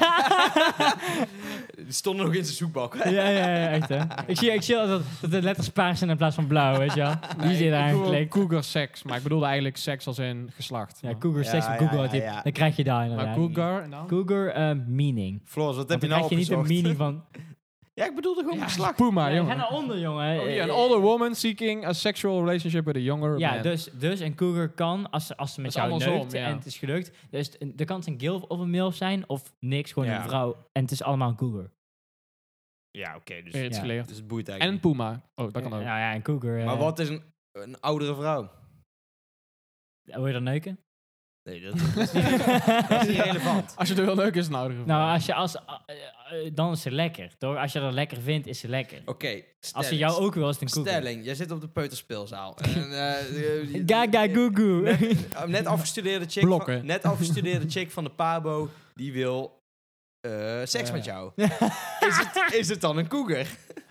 Die stonden nog in zijn zoekbalk. ja, echt hè. Ik zie al dat de letters paars zijn in plaats van blauw, weet je wel. Die zit daar eigenlijk. Cougar seks, maar ik bedoelde eigenlijk seks als in geslacht. Ja, Maar- cougar Ja, seks op ja, Google, ja, typ. ja. Dan krijg je daar maar inderdaad. cougar en dan? Cougar meaning. Floris, wat heb Want je dan nou krijg je niet de opgezocht? meaning van... Ja, ik bedoelde gewoon geslacht. Puma, Ja, ga jongen. naar onder, jongen. Oh, yeah, an older woman seeking a sexual relationship with a younger Ja, man. dus een cougar kan, als ze met Dat is jou andersom, neukt ja. en het is gelukt, dus de kans een gilf of een milf zijn, of niks, gewoon Ja. een vrouw. En het is allemaal een cougar. Ja, oké. dus, Weer iets Ja. geleerd. dus het boeit En eigenlijk een puma. Oh, dat kan ook. Nou ja, een cougar. Maar wat is een oudere vrouw? Wil je dan neuken? Nee, dat is niet relevant. Als je er wil neuken is het een oudere vrouw. Nou, dan is ze lekker, toch? Als je dat lekker vindt, is ze lekker. Oké, Als ze jou ook wil, is het een cougar. Stelling, jij zit op de peuterspeelzaal. En, Gaga googoo. net afgestudeerde chick. Blokken. Net afgestudeerde chick van de Pabo, die wil seks met jou. Is het dan een cougar?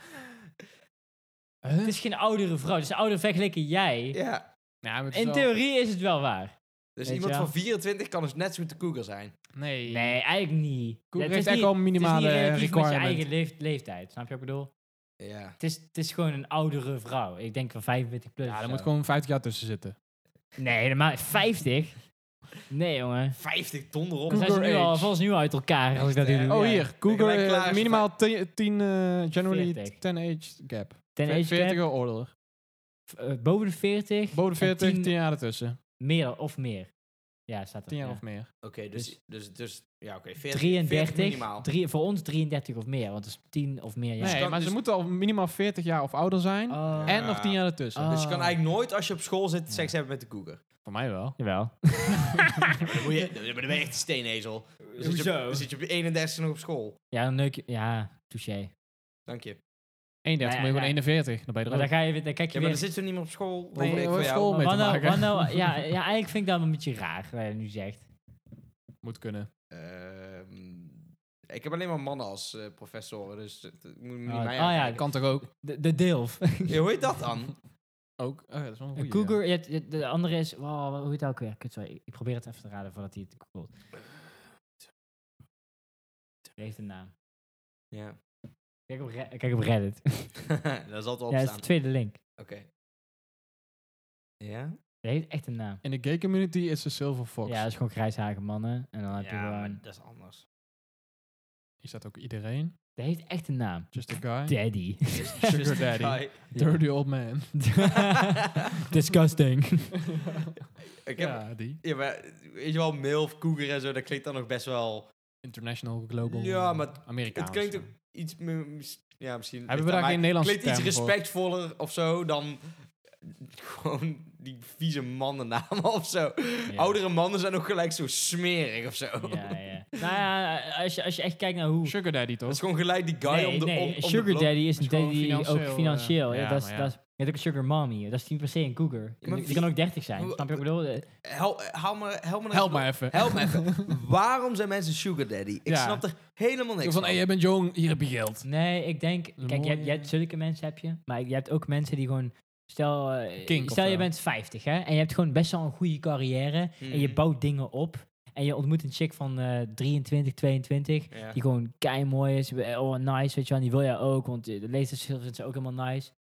Het is geen oudere vrouw, het is ouder vergeleken jij. Ja. Ja, maar het is In wel- theorie is het wel waar. Dus Weet iemand je wel? van 24 kan dus net zo goed een cougar zijn. Nee. Nee, eigenlijk niet. Cougar Het is heeft echt niet- wel een minimale Het is niet relatief met je requirement. eigen leeftijd. Snap je wat ik bedoel? Ja. Het is gewoon een oudere vrouw. Ik denk van 45 plus. Ja, of er zo. moet gewoon 50 jaar tussen zitten. Nee, maar 50? Nee, jongen. 50 donder op. Dan zijn ze Cougar nu al, age. volgens nu uit elkaar als ik dat doe. Oh, Ja. hier. Cougar, gelijk klaar als je minimaal 10, generally 40. 10 age gap. 10 age 40 gap, of ouder. boven de 40. Boven de en 40, 10 jaar ertussen. Meer of meer. Ja, staat er. 10 jaar ja. of meer. Oké, dus ja, oké. 40 33. minimaal. Voor ons 33 of meer, want het is 10 of meer jaar. Nee, kan maar dus- ze moeten al minimaal 40 jaar of ouder zijn. Oh. En nog 10 jaar ertussen. Oh. Dus je kan eigenlijk nooit, als je op school zit, seks hebben met de cougar. Voor mij wel. Jawel. Dan ben je echt een steenezel. Dan zit je op je 31 nog op school. Ja, dan neuk je... Ja, touché. Dank je. 31, Ja, moet je ja, gewoon 41. Dan ben je Maar er dan, ook. dan kijk je Ja, maar weer... dan zit je niet meer op school. Nee, Hoop ik hoor voor jou. school mee te maken. ja, eigenlijk vind ik dat wel een beetje raar, wat je nu zegt. Moet kunnen. Ik heb alleen maar mannen als professoren, dus het moet niet Oh, mij ja, uitkijken. Kan toch ook? De dilf. Ja, hoe heet dat dan? Ook. Oh, ja, dat is wel een Een goeie, cougar, de andere is... Wow, hoe heet het ook weer? Kut, sorry. Ik probeer het even te raden voordat hij het googelt. Die heeft een naam. Ja. Kijk op Reddit. Dat zal het wel Ja, dat is opstaan. de tweede link. Oké. Ja? Die heeft echt een naam. In de gay community is de Silver Fox. Ja, dat is gewoon grijsharige mannen. En dan heb je Ja, gewoon... maar dat is anders. Hier staat ook iedereen. Die heeft echt een naam. Just a guy. Daddy. Sugar daddy. Dirty old man. Disgusting. Ik heb, Ja, die. ja, maar weet je wel, MILF, cougar en zo, dat klinkt dan nog best wel... International, global. Ja, maar Amerikaans. Het klinkt ook iets meer... Ja, misschien... Hebben we daar geen Nederlandse klinkt iets term voor? respectvoller of zo dan... Gewoon die vieze mannennamen of zo. Ja. Oudere mannen zijn ook gelijk zo smerig of zo. Ja, ja. Nou ja, als je echt kijkt naar hoe... Sugar daddy, Dat toch? is gewoon gelijk die guy om de om de sugar blok. daddy is een is gewoon daddy ook financieel, financieel. ja, Ja, dat is, maar dat is, je hebt ook een sugar mommy. Dat is niet per se een cougar. maar Die wie- kan ook 30 zijn. Hoe- Snap je wat ik bedoel? Help me even. Help me even. Waarom zijn mensen sugar daddy? Ik Ja. snap er helemaal niks Van, van. hey, jij bent jong, hier heb je geld. Nee, ik denk... een Kijk, mooie- je hebt zulke mensen heb je. Maar je hebt ook mensen die gewoon... Stel, Kink of stel je zo. bent 50, hè. En je hebt gewoon best wel een goede carrière. En je Mhm. bouwt dingen op. En je ontmoet een chick van 23, 22. Ja. Die gewoon kei mooi is. Oh, nice, weet je wel. En die wil jij ook. Want de leeftijdsverschil vindt ze ook helemaal nice.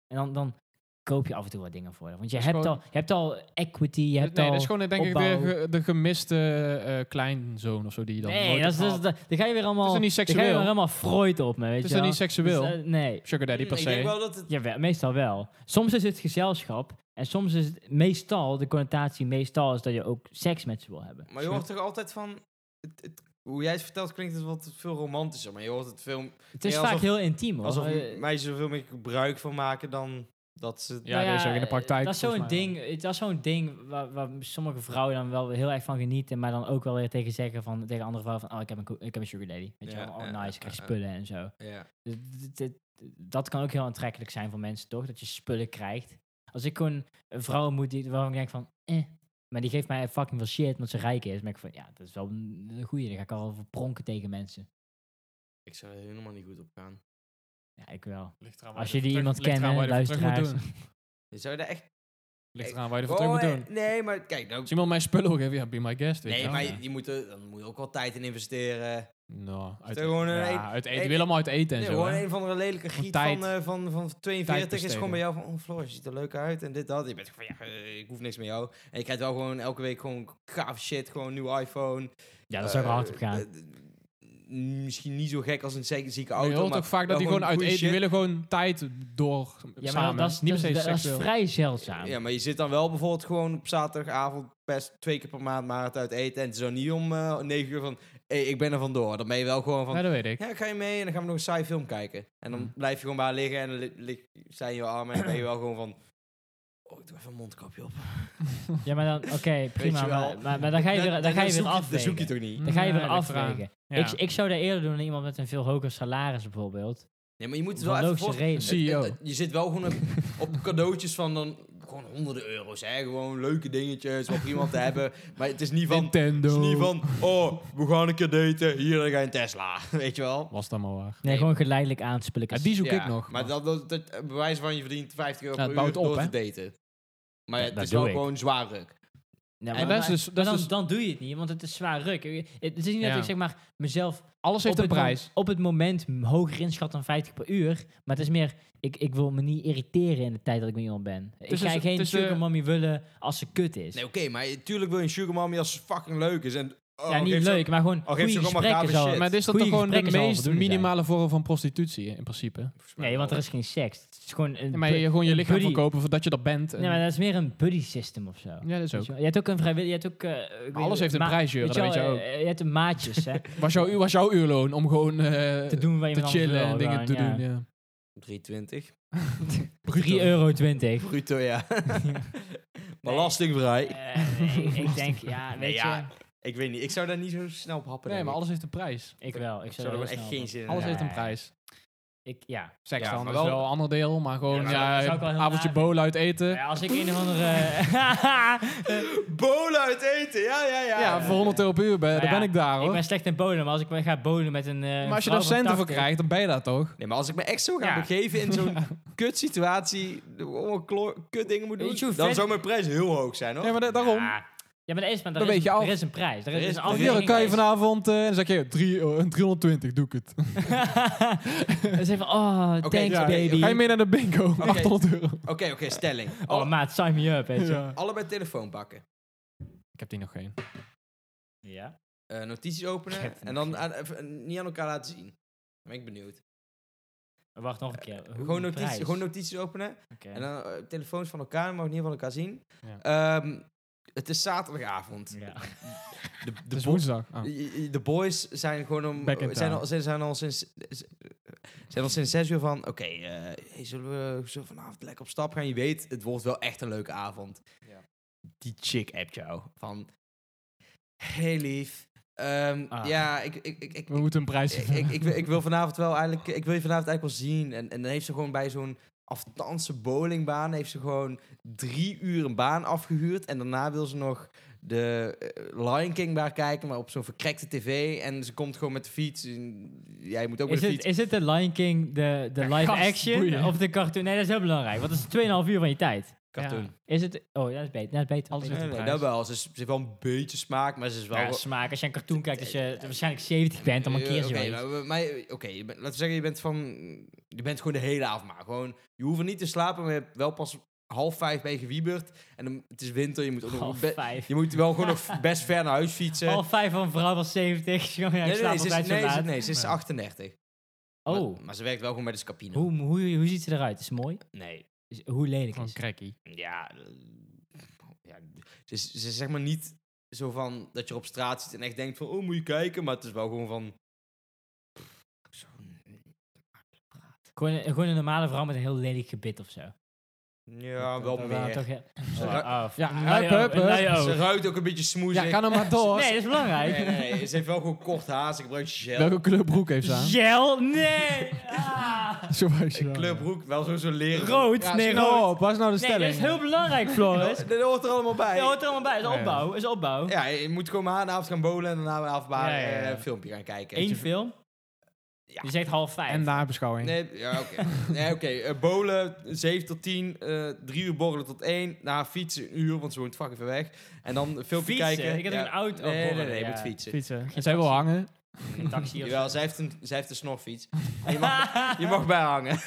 dan koop je af en toe wat dingen voor. Want je Dat is hebt, je hebt al equity, je hebt Nee, al dat is gewoon denk ik opbouw. weer de gemiste kleinzoon of zo die je dan Nee, nooit dat is, hebt dan gehad. ga je weer allemaal... Het is toch niet Dan ga je weer seksueel? helemaal Freud op me, weet Het is je toch wel? niet seksueel? Dus, nee. Sugar daddy per Ik denk se. wel dat het... Ja, meestal wel. Soms is het gezelschap en soms is het meestal, de connotatie meestal is dat je ook seks met ze wil hebben. Maar je hoort toch altijd van... hoe jij het vertelt klinkt het wat veel romantischer. Maar je hoort het veel... Het is Ja, vaak alsof- heel intiem, hoor. Alsof meisjes er veel meer gebruik van maken dan dat ze... Ja, dat is ook in de praktijk Dat is volgens zo'n mij wel. ding, dat is zo'n ding waar sommige vrouwen dan wel heel erg van genieten, maar dan ook wel weer tegen zeggen van, tegen andere vrouwen van, ik heb een sugar daddy. Weet je Ja, wel, oh ja, nice, ik krijg ja. spullen en zo. Ja. Dat kan ook heel aantrekkelijk zijn voor mensen, toch? Dat je spullen krijgt. Als ik gewoon een vrouw moet waarvan ik denk van, maar die geeft mij fucking veel shit omdat ze rijk is, dan ben ik van, ja, dat is wel een goeie. Dan ga ik al over pronken tegen mensen. Ik zou er helemaal niet goed op gaan. Ja, ik wel. Ligt eraan waar Als je je die ervoor iemand terug- ligt kent, eraan waar je ervoor terug moet luisteraars. doen. Je zou daar echt... Ligt eraan waar je ervoor terug moet doen. Nee, maar kijk... Nou, Als iemand mijn spullen wil geven, ja, be my guest. Weet nee, je wel. maar Ja. je moet dan moet je ook wel tijd in investeren. Nou, uit, gewoon een ja, uit eten. een- wil allemaal uit eten en Nee, zo. gewoon hè. een van de lelijke giet tijd. van 42 is gewoon besteden. bij jou van... Oh, Floor, je ziet er leuk uit en dit, dat. Je bent gewoon van, ja, ik hoef niks met jou. En je krijgt wel gewoon elke week gewoon gaaf shit. Gewoon een nieuwe iPhone. Ja, dat zou ik hard op gaan. Misschien niet zo gek als een zieke Maar je auto, hoort maar ook vaak dat wel die gewoon uit goede eten. Die shit. willen gewoon tijd door Ja, samen. maar dat is, niet per se dat is seksueel. vrij zeldzaam. Ja, maar je zit dan wel bijvoorbeeld gewoon op zaterdagavond best 2 keer per maand maar het uit eten. En het is dan niet om 9 uur van, hey, ik ben er vandoor. Dan ben je wel gewoon van, Ja, dat weet ik. ja, ga je mee en dan gaan we nog een saai film kijken. En dan blijf je gewoon bij haar liggen en dan sta je in je armen en dan ben je wel gewoon van, oh, ik doe even een mondkapje op. Ja, maar dan, oké, prima. je wel. Maar dan ga je weer, dan ga je weer afwegen. Dat zoek je toch niet? Dan ga je weer Ja, ligt eraan. afwegen. Ja. Ik zou dat eerder doen dan iemand met een veel hoger salaris bijvoorbeeld. Nee, maar je moet het Voor wel even logische voorstellen. reden. CEO. Je zit wel gewoon op cadeautjes van dan gewoon honderden euro's. Hè? Gewoon leuke dingetjes, wel prima te hebben. Maar het is niet van... Nintendo. Het is niet van, oh, we gaan een keer daten. Hier, dan ga je een Tesla. Weet je wel? Was dat maar waar. Nee, Nee. gewoon geleidelijk aanspullen. Ja, die zoek Ja, ik nog. Maar dat bewijs van je verdient 50 euro Ja, het per uur bouwt op, door hè? te daten. Maar Ja, het dat is doe wel ik. gewoon zwaar druk. Ja, En maar dat is dus- dat is dus- dan doe je het niet, want het is zwaar ruk. Het is niet dat Ja. ik zeg maar mezelf Alles heeft op een het prijs. op het moment hoger inschat dan 50 per uur. Maar het is meer, ik wil me niet irriteren in de tijd dat ik met iemand ben. Ik is ga dus- geen het is, sugar mommy willen als ze kut is. Nee, oké, maar tuurlijk wil je een sugar mommy als ze fucking leuk is. En, oh, ja, niet geef ze- leuk, maar gewoon geef ze goede gewoon maar gesprekken gave zal... shit. Maar dit is dat Goeie toch gewoon de gesprekken zal meest voldoende zijn. minimale vorm van prostitutie in principe. Volgens mij Nee, want er wel. is geen seks. Het is gewoon een Ja, maar je gewoon je een lichaam buddy- verkopen voordat je dat bent. En- Nee, maar dat is meer een buddy system of zo. ja, dat is Weet ook. je wel. Je hebt ook een vrijwillig... Je hebt ook... Alles heeft een prijs, Jure, dat weet je ook. Je hebt een maatjes, hè. Was jouw uurloon om gewoon te doen waar je te chillen en dingen te doen? Ja. 3,20. 3,20 €. Bruto, ja. Belastingvrij. Ik denk, ja, weet Nee, je... ja. Ik weet niet, ik zou daar niet zo snel op happen. Nee, denk maar ik. alles heeft een prijs. Ik wel. Ik Ik zou er heel gewoon echt snel geen zin in Alles hebben. heeft een prijs. Ja. Seks Ja, dan maar is wel- wel een ander deel, maar gewoon Ja, maar dat zou ik wel heel avondje raar bowlen uit eten. Ja, als ik een of andere... Bolen uit eten, ja. Ja, voor 100 euro per uur, dan ja, ben ik daar ik hoor. ben slecht in bowlen, maar als ik ga bowlen met een Maar als je daar centen voor krijgt, dan ben je dat toch? Nee, maar als ik me echt zo ga Ja. begeven in zo'n kut situatie, kut dingen moet doen, Weet je hoe dan vet- zou mijn prijs heel hoog zijn, hoor. Ja, maar daarom. Ja, maar er Dan weet je al. er is een prijs. Er Er is is- een er is- afweging. Ja, dan kan je vanavond, en dan zeg je 320, doe ik het. Dan zeg je van, oh, Oké, thanks ja, baby. Ga je mee naar de bingo? 800 euro. Oké, stelling. Oh maat, sign me up, weet je. Ja. Allebei telefoon pakken. Ik heb die nog geen. Ja. Notities Ik openen heb het en dan niet aan elkaar laten zien. Dan ben ik benieuwd. Wacht nog een keer. Gewoon notities openen. Oké. En dan telefoons van elkaar, maar niet van elkaar zien. Ja. Het is zaterdagavond. Ja. Het is woensdag. Oh. De boys zijn gewoon om... Back in town. Zijn al sinds 6 uur van... Oké, hey, zullen we vanavond lekker op stap gaan? Je weet, het wordt wel echt een leuke avond. Ja. Die chick appt jou van... Hey lief. Ja, We moeten een prijs ik wil vanavond wel eigenlijk... Ik wil je vanavond eigenlijk wel zien. En dan heeft ze gewoon bij zo'n afstandse bowlingbaan... heeft ze gewoon 3 uur een baan afgehuurd. En daarna wil ze nog de Lion King bar kijken... maar op zo'n verkrekte tv. En ze komt gewoon met de fiets. En jij moet ook met de fiets. Is het de Lion King, de live gast, action boeien. of de cartoon? Nee, dat is heel belangrijk, want dat is 2,5 uur van je tijd. Cartoon. Ja. Is het... Oh, dat is beter. Dat is beter. Alles Beter. heeft Nee, een dat prijs. wel. Ze heeft wel een beetje smaak, maar ze is wel... Ja, smaak. Als je een cartoon kijkt, als je waarschijnlijk 70 bent, dan markeer je Oké, wel iets. maar laten we zeggen, je bent gewoon de hele avond maar. Gewoon, je hoeft er niet te slapen, maar je hebt wel pas 4:30 bij je gewieberd. En dan, het is winter, je moet ook nog... 5:30. Je moet wel gewoon nog best ver naar huis fietsen. 5:30 van een vrouw van 70. Ja, ik slaap ze altijd zo laat. ze is Ja. 38. Oh, Maar ze werkt wel gewoon bij de Scapino. hoe ziet ze eruit? Is ze mooi? Nee. Hoe lelijk Gewoon is ze? crackie. Ja, ze is zeg maar niet zo van dat je op straat zit en echt denkt van, oh, moet je kijken? Maar het is wel gewoon van... Gewoon een normale vrouw met een heel lelijk gebit of zo. Ja, wel Dat waren meer. toch, Ja, ja, een hup, lui hup, ook, een lui hup. ook. Ze ruikt ook een beetje smoezig. Ja, ga nou maar door. Nee, dat is belangrijk. Nee, ze heeft wel gewoon kort haar. Ze gebruikt gel. Welke kleur broek heeft ze aan? Gel? Nee! Ah. Zo was je Een wel. kleurbroek, wel zo leren. Rood? Ja, Nee, nou rood. op. Wat is nou de Nee, stelling? dat is heel belangrijk, Floris. Dat hoort er allemaal bij. Dat hoort er allemaal bij. Dat is Ja, ja. opbouw. Dat is opbouw. Ja, je moet gewoon maar avond gaan bowlen en daarna avond maar Ja. een filmpje gaan kijken. Eén film? Ja. Je zegt 4:30. En nabeschouwing. Nee, ja, oké. Nee, oké. Bowlen 7 tot 10, 3 uur borrelen tot 1. Na fietsen 1 uur, want ze woont fucking ver weg. En dan een filmpje Fietsen? kijken. Ik heb een auto. Nee, nee, borrelen, nee, je ja. moet fietsen. Fietsen. En zij wil hangen. Een taxi of Jawel, zo. zij heeft een snorfiets. En je mag bijhangen.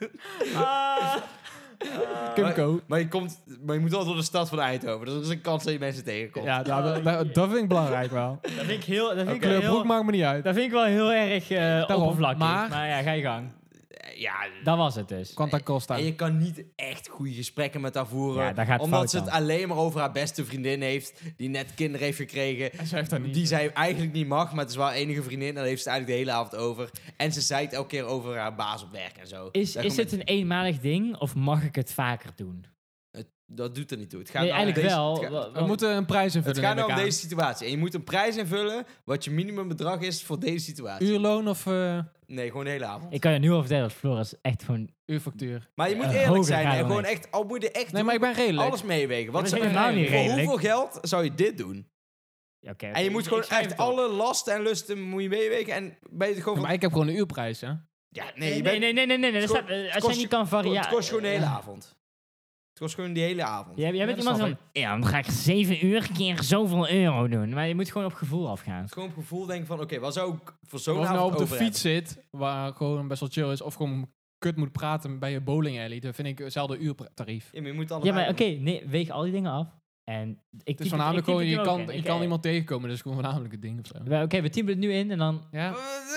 Ah. Kimco. Maar je moet wel door de stad van Eindhoven. Dus er is een kans dat je mensen tegenkomt. Ja, dat vind ik belangrijk wel. Dat vind ik heel... Dat vind ik Kleurbroek heel... maakt me niet uit. Dat vind ik wel heel erg oppervlakkig. maar- Maar ja, ga je gang. Ja, Dat was het dus. Quanta Costa. en je kan niet echt goede gesprekken met haar voeren. Ja, dat gaat omdat fout ze het dan. alleen maar over haar beste vriendin heeft. Die net kinderen heeft gekregen. Zij heeft dat niet. Die zij eigenlijk niet mag, maar het is wel haar enige vriendin. En daar heeft ze het eigenlijk de hele avond over. En ze zeikt elke keer over haar baas op werk en zo. Is Daar het komt een eenmalig ding of mag ik het vaker doen? dat doet er niet toe. Het gaat Nee, nou om eigenlijk deze- wel. het gaat- We moeten een prijs invullen. Het gaat neem nou ik om aan. deze situatie. En je moet een prijs invullen wat je minimumbedrag is voor deze situatie. Uurloon of Nee, gewoon de hele avond. Ik kan je nu al vertellen dat Floris echt gewoon... uurfactuur? Maar je moet hoger eerlijk zijn. gaat En dan gewoon echt. echt, al moet je echt Nee, maar ik ben redelijk. alles meewegen. Wat Dat zou is helemaal niet voor redelijk. hoeveel geld zou je dit doen? Ja, oké, En je moet ik gewoon schrijf echt het op. alle lasten en lusten moet je meewegen. En ben je het gewoon Ja, van... maar ik heb gewoon een uurprijs, hè? Ja, Nee, je nee, bent- nee. Dat het staat, kost- als jij niet kan variëren... Het kost gewoon de hele avond. Het kost gewoon die hele avond. Jij bent dat iemand snap van... Ja, dan ga ik 7 uur keer zoveel euro doen. Maar je moet gewoon op gevoel afgaan. Het is gewoon op gevoel denken van... Oké, wat zou ik voor zo'n Of avond nou op de over fiets zit, waar gewoon best wel chill is, of gewoon kut moet praten bij je bowling alley, dan vind ik hetzelfde uurtarief. hebben? Ja, maar je moet Ja, allebei maar oké, doen. nee, weeg al die dingen af. En ik Het is voornamelijk gewoon, je kan iemand... iemand tegenkomen, dat is gewoon voornamelijk het ding of zo. Oké, we teamen het nu in en dan... Ja?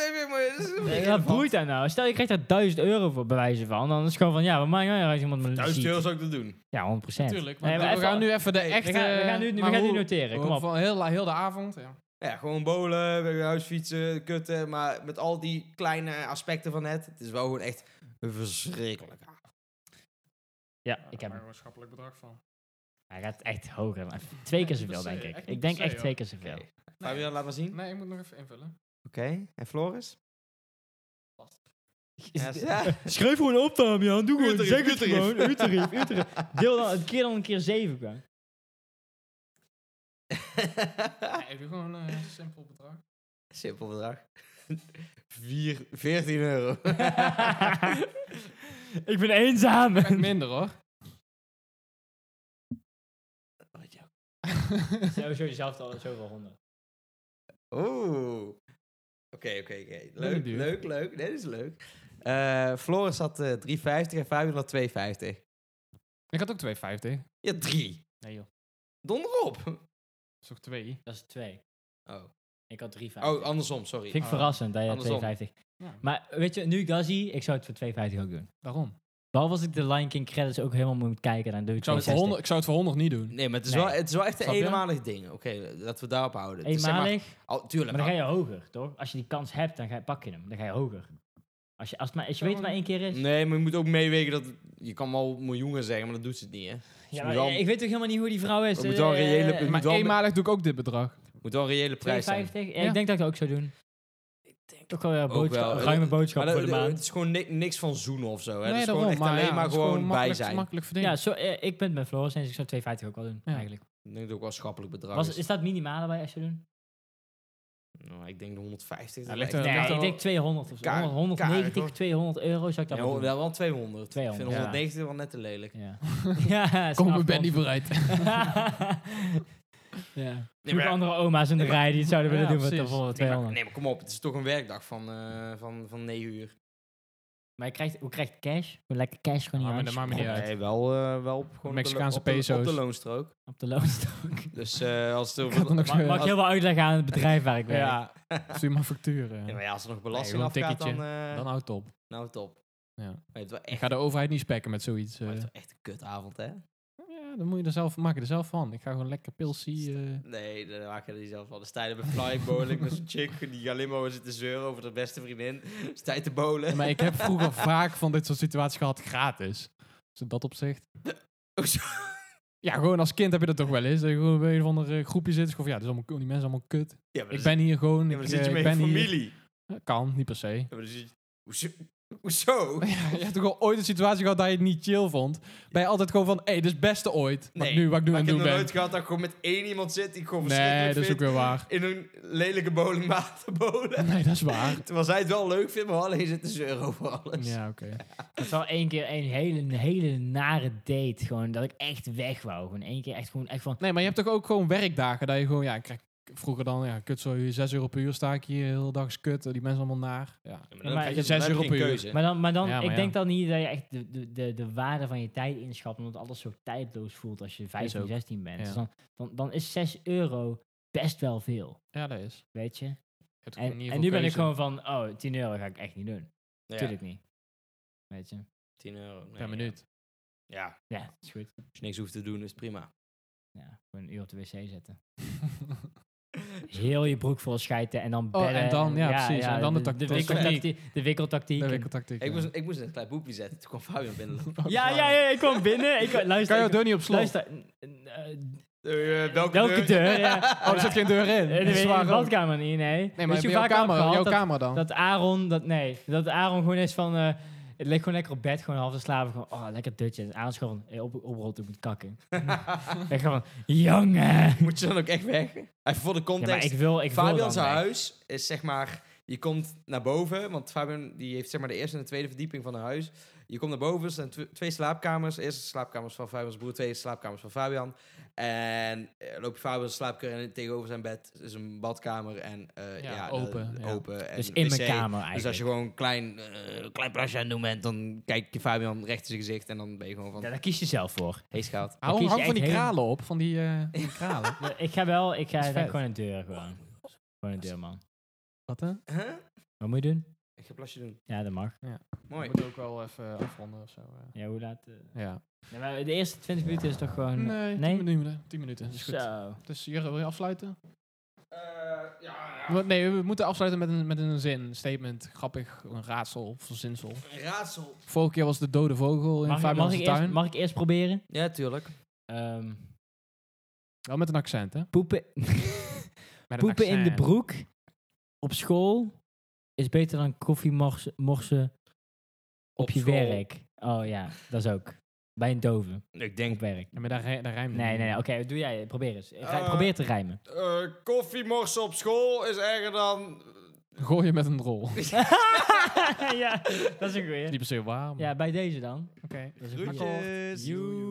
Wat boeit dat nou? Stel, je krijgt daar 1000 euro voor bewijzen van. Dan is het gewoon van, ja, wat maakt nou uit iemand met 1000 ziet? euro zou ik dat doen. Ja, 100%. Natuurlijk. Nee, maar we even- gaan nu even de Nee, echte... we gaan nu maar hoe- noteren, kom hoe- op. Van heel de avond, ja. Ja, gewoon bowlen, bij je huis fietsen, kutten. Maar met al die kleine aspecten van het. Het is wel gewoon echt een verschrikkelijke avond. Ja, ik heb er hem. een maatschappelijk bedrag van. Hij gaat echt hoger. 2 keer Nee, zoveel, per se, denk ik. echt niet Ik denk per se, echt 2 keer zoveel. Oké. Fabian, laat maar zien. Nee, ik moet nog even invullen. Oké, en Floris? Ja, Ja. Schrijf gewoon op, Damian. Doe gewoon. Uurtarief, Zeg het uurtarief. gewoon. Uurtarief, uurtarief. Deel dan een keer 7 kan. Nee, ik doe gewoon een simpel bedrag. Simpel bedrag. 14 euro. Ik ben eenzaam. Echt minder hoor. Sowieso jezelf al zoveel 100. Oeh. Oké. niet duur. Leuk. Nee, dat is leuk. Floris had 3,50 en Fabian had 2,50. Ik had ook 2,50. Ja, 3. Nee joh, Donderop. Dat is toch 2? dat is 2. Oh. Ik had 3,50. Oh, andersom, sorry. Vind ik verrassend dat je Andersom. 2,50. Ja. Maar weet je, nu ik dat zie, ik zou het voor 2,50 ook doen. Waarom? Behalve als ik de Lion King credits ook helemaal moet kijken, dan doe ik Ik zou het voor 2,60. 100, ik zou het voor 100 niet doen. Nee, maar het is, Nee. het is wel echt een Snap je? eenmalig ding. Oké, laten we daarop houden. Het is zeg maar- Eenmalig, tuurlijk. maar dan ga je hoger, toch? Als je die kans hebt, dan pak je hem. Dan ga je hoger. Als je weet het maar 1 keer is. Nee, maar je moet ook meewegen dat... Je kan wel miljoenen zeggen, maar dat doet ze het niet, hè. Ja, moet maar wel- ik weet toch helemaal niet hoe die vrouw is. Het moet wel een reële- het Maar moet wel- eenmalig doe ik ook dit bedrag. moet wel een reële prijs zijn. 2,50? Ja, Ja. ik denk dat ik dat ook zou doen. Toch wel Ook wel. ruime boodschap Maar voor de het maand. is gewoon niks van zoenen of zo, hè. Nee, het is daarom. gewoon echt Maar alleen ja, maar het is gewoon bij makkelijk, zijn. makkelijk verdienen. Ja, ik ben het met Floris eens. Ik zou 2,50 ook wel doen, Ja. eigenlijk. Ik denk dat het ook wel een schappelijk bedrag is. Is dat minimale bij als je doen? Nou, ik denk de 150. Ja, ligt echt- er- Nee, ligt ik al- denk 200 of zo. Kaart- 190, kaart, 200 euro zou ik dat Ja, wel doen. wel 200. 200, Ik vind ja. 190 wel net te lelijk. Ja. Ja, Kom, snap ik ben ik. niet vooruit. Ja. Nee, Nog maar- andere oma's in de Nee, maar- rij die het zouden willen Ja, doen met de precies. volle Nee 200. maar kom op. Het is toch een werkdag van 9 uur. Maar hoe krijgt cash? Hoe lekker cash gewoon Ah, niet maar dat maakt me niet uit. Nee, wel op gewoon Mexicaanse op de peso's. loonstrook. op de loonstrook. Dus als er... Gaat er nog Mag ik heel veel uitleggen aan het bedrijf waar ik werk? Ja, stuur maar facturen. Ja, maar ja, als er nog belasting gewoon een afgaat, dan... ticketje. Dan houdt het op. nou, top. Ja. Maar je hebt wel Ik echt, ga de overheid niet spekken met zoiets. maar je hebt wel echt een kutavond, hè? Ja, dan moet je er zelf, maak je er zelf van. Ik ga gewoon lekker pilsie. Nee, dan maak je er zelf van. Dan sta je bij flying bowling met zo'n chick die alleen maar zit te zeuren over de beste vriendin. Sta je te bowlen. Maar ik heb vroeger vaak van dit soort situaties gehad gratis. Dus in dat opzicht. Hoezo? Ja, gewoon als kind heb je dat toch wel eens. Dat je gewoon bij een of ander groepje zit. Dus gewoon van, ja, dit is allemaal, die mensen allemaal kut. Ja, maar Ik ben hier gewoon. ja, maar ik, dan zit je ik met je ben hier. familie. Kan, niet per se. Ja, maar dan zit je... Hoezo? Ja, je hebt toch al ooit een situatie gehad dat je het niet chill vond? Ben je altijd gewoon van, hé, dit is het beste ooit. Wat ik nu maar aan het ik doen heb nog ben. nooit gehad dat ik gewoon met één iemand zit die ik gewoon Nee, verschrikkelijk dat is ook vind. weer waar. In een lelijke bowlingbaan te bowlen. Nee, dat is waar. Terwijl zij het wel leuk vindt, maar alleen zit te zeuren over alles. Ja, oké. Het was wel één keer een hele nare date. Gewoon dat ik echt weg wou. Gewoon één keer echt van... Nee, maar je hebt toch ook gewoon werkdagen dat je gewoon, ja, ik krijg vroeger dan, ja, kut zo, 6 euro per uur sta ik hier, de hele dag is kut, die mensen allemaal naar. Ja. Ja, maar dan krijg heb je 6 dan heb euro je per geen uur. keuze. Maar dan Ja, maar ik ja. denk dan niet dat je echt de waarde van je tijd inschapt, omdat alles zo tijdloos voelt als je 15, ook. 16 bent. Ja. Dus dan is 6 euro best wel veel, Ja, dat is. weet je? Je hebt gewoon niet En veel nu ben ik keuze. gewoon van, oh, 10 euro ga ik echt niet doen. Ja, Tuurlijk niet. Weet je? 10 euro. Nee, per minuut. Ja, Ja, is goed. als je niks hoeft te doen, is het prima. Ja, gewoon een uur op de wc zetten. Heel je broek vol schijten en dan Oh, bedden. en dan, ja, precies. En dan de de techniek. wikkeltactiek. De wikkeltactiek. De en- winkeltactiek. Ik moest een klein boepje zetten, toen kwam Fabian binnenlopen. Ja, ik kwam binnen. Luister, Kan je ik- deur niet op slot? luister. Welke deur? Ja. Oh, er zit geen deur in. In Dat is de waar ook. badkamer niet, nee. Nee, maar Weet je bij hoe jouw vaak ik heb kamer, gehad jouw kamer dan? dat Aaron gewoon is van... het ligt gewoon lekker op bed, gewoon half te slapen. Gewoon, oh, lekker dutje. En Aaron is gewoon oprolt, ik moet kakken. Ik ga van, jongen. Moet je dan ook echt weg? Even voor de Ja, context. maar ik wil Fabian dan zijn weg. huis is zeg maar... Je komt naar boven, want Fabian die heeft zeg maar de eerste en de tweede verdieping van het huis. Je komt naar boven, er zijn twee slaapkamers. De eerste slaapkamers van Fabians broer, tweede slaapkamers van Fabian. En loop je Fabians slaapkamer en tegenover zijn bed is een badkamer en open, ja. open. En Dus in mijn wc. kamer eigenlijk. Dus als je gewoon een klein plasje aan het doen bent, dan kijk je Fabian recht in zijn gezicht en dan ben je gewoon van... Ja, daar kies je zelf voor. Hey scout. Hou kies je hang van die echt kralen op, van die kralen. Ja, ik ga vet. gewoon een deur gewoon. Gewoon een deur, man. Wat hè? Huh? Wat moet je doen? Ik ga een plasje doen. Ja, dat mag. Mooi. Moet ook wel even afronden of zo. Ja, hoe laat? Ja. Nee, maar de eerste 20 minuten is toch gewoon... Nee, 10 minuten. 10 minuten. Dat is goed. Zo. Dus hier wil je afsluiten? Ja. Nee, we moeten afsluiten met een zin. Een statement. Grappig. Een raadsel. Verzinsel. Raadsel. Vorige keer was de dode vogel in Fabian's tuin. Mag ik eerst proberen? Ja, tuurlijk. Wel met een accent, hè? Poepen, Met een poepen in de accent. broek op school is beter dan koffiemorsen op je school. werk. Oh ja, dat is ook. Bij een dove Ik op denk... werk. Ja, maar daar rijmt Nee. Oké, doe jij. Probeer eens. Eh, Probeer te rijmen. Koffiemorsen op school is erger dan... Gooi je met een rol. Ja, dat is een goeie. Niet per se waar, maar... Ja, bij deze dan. Oké. Dat is een goeie. Groetjes. Joe.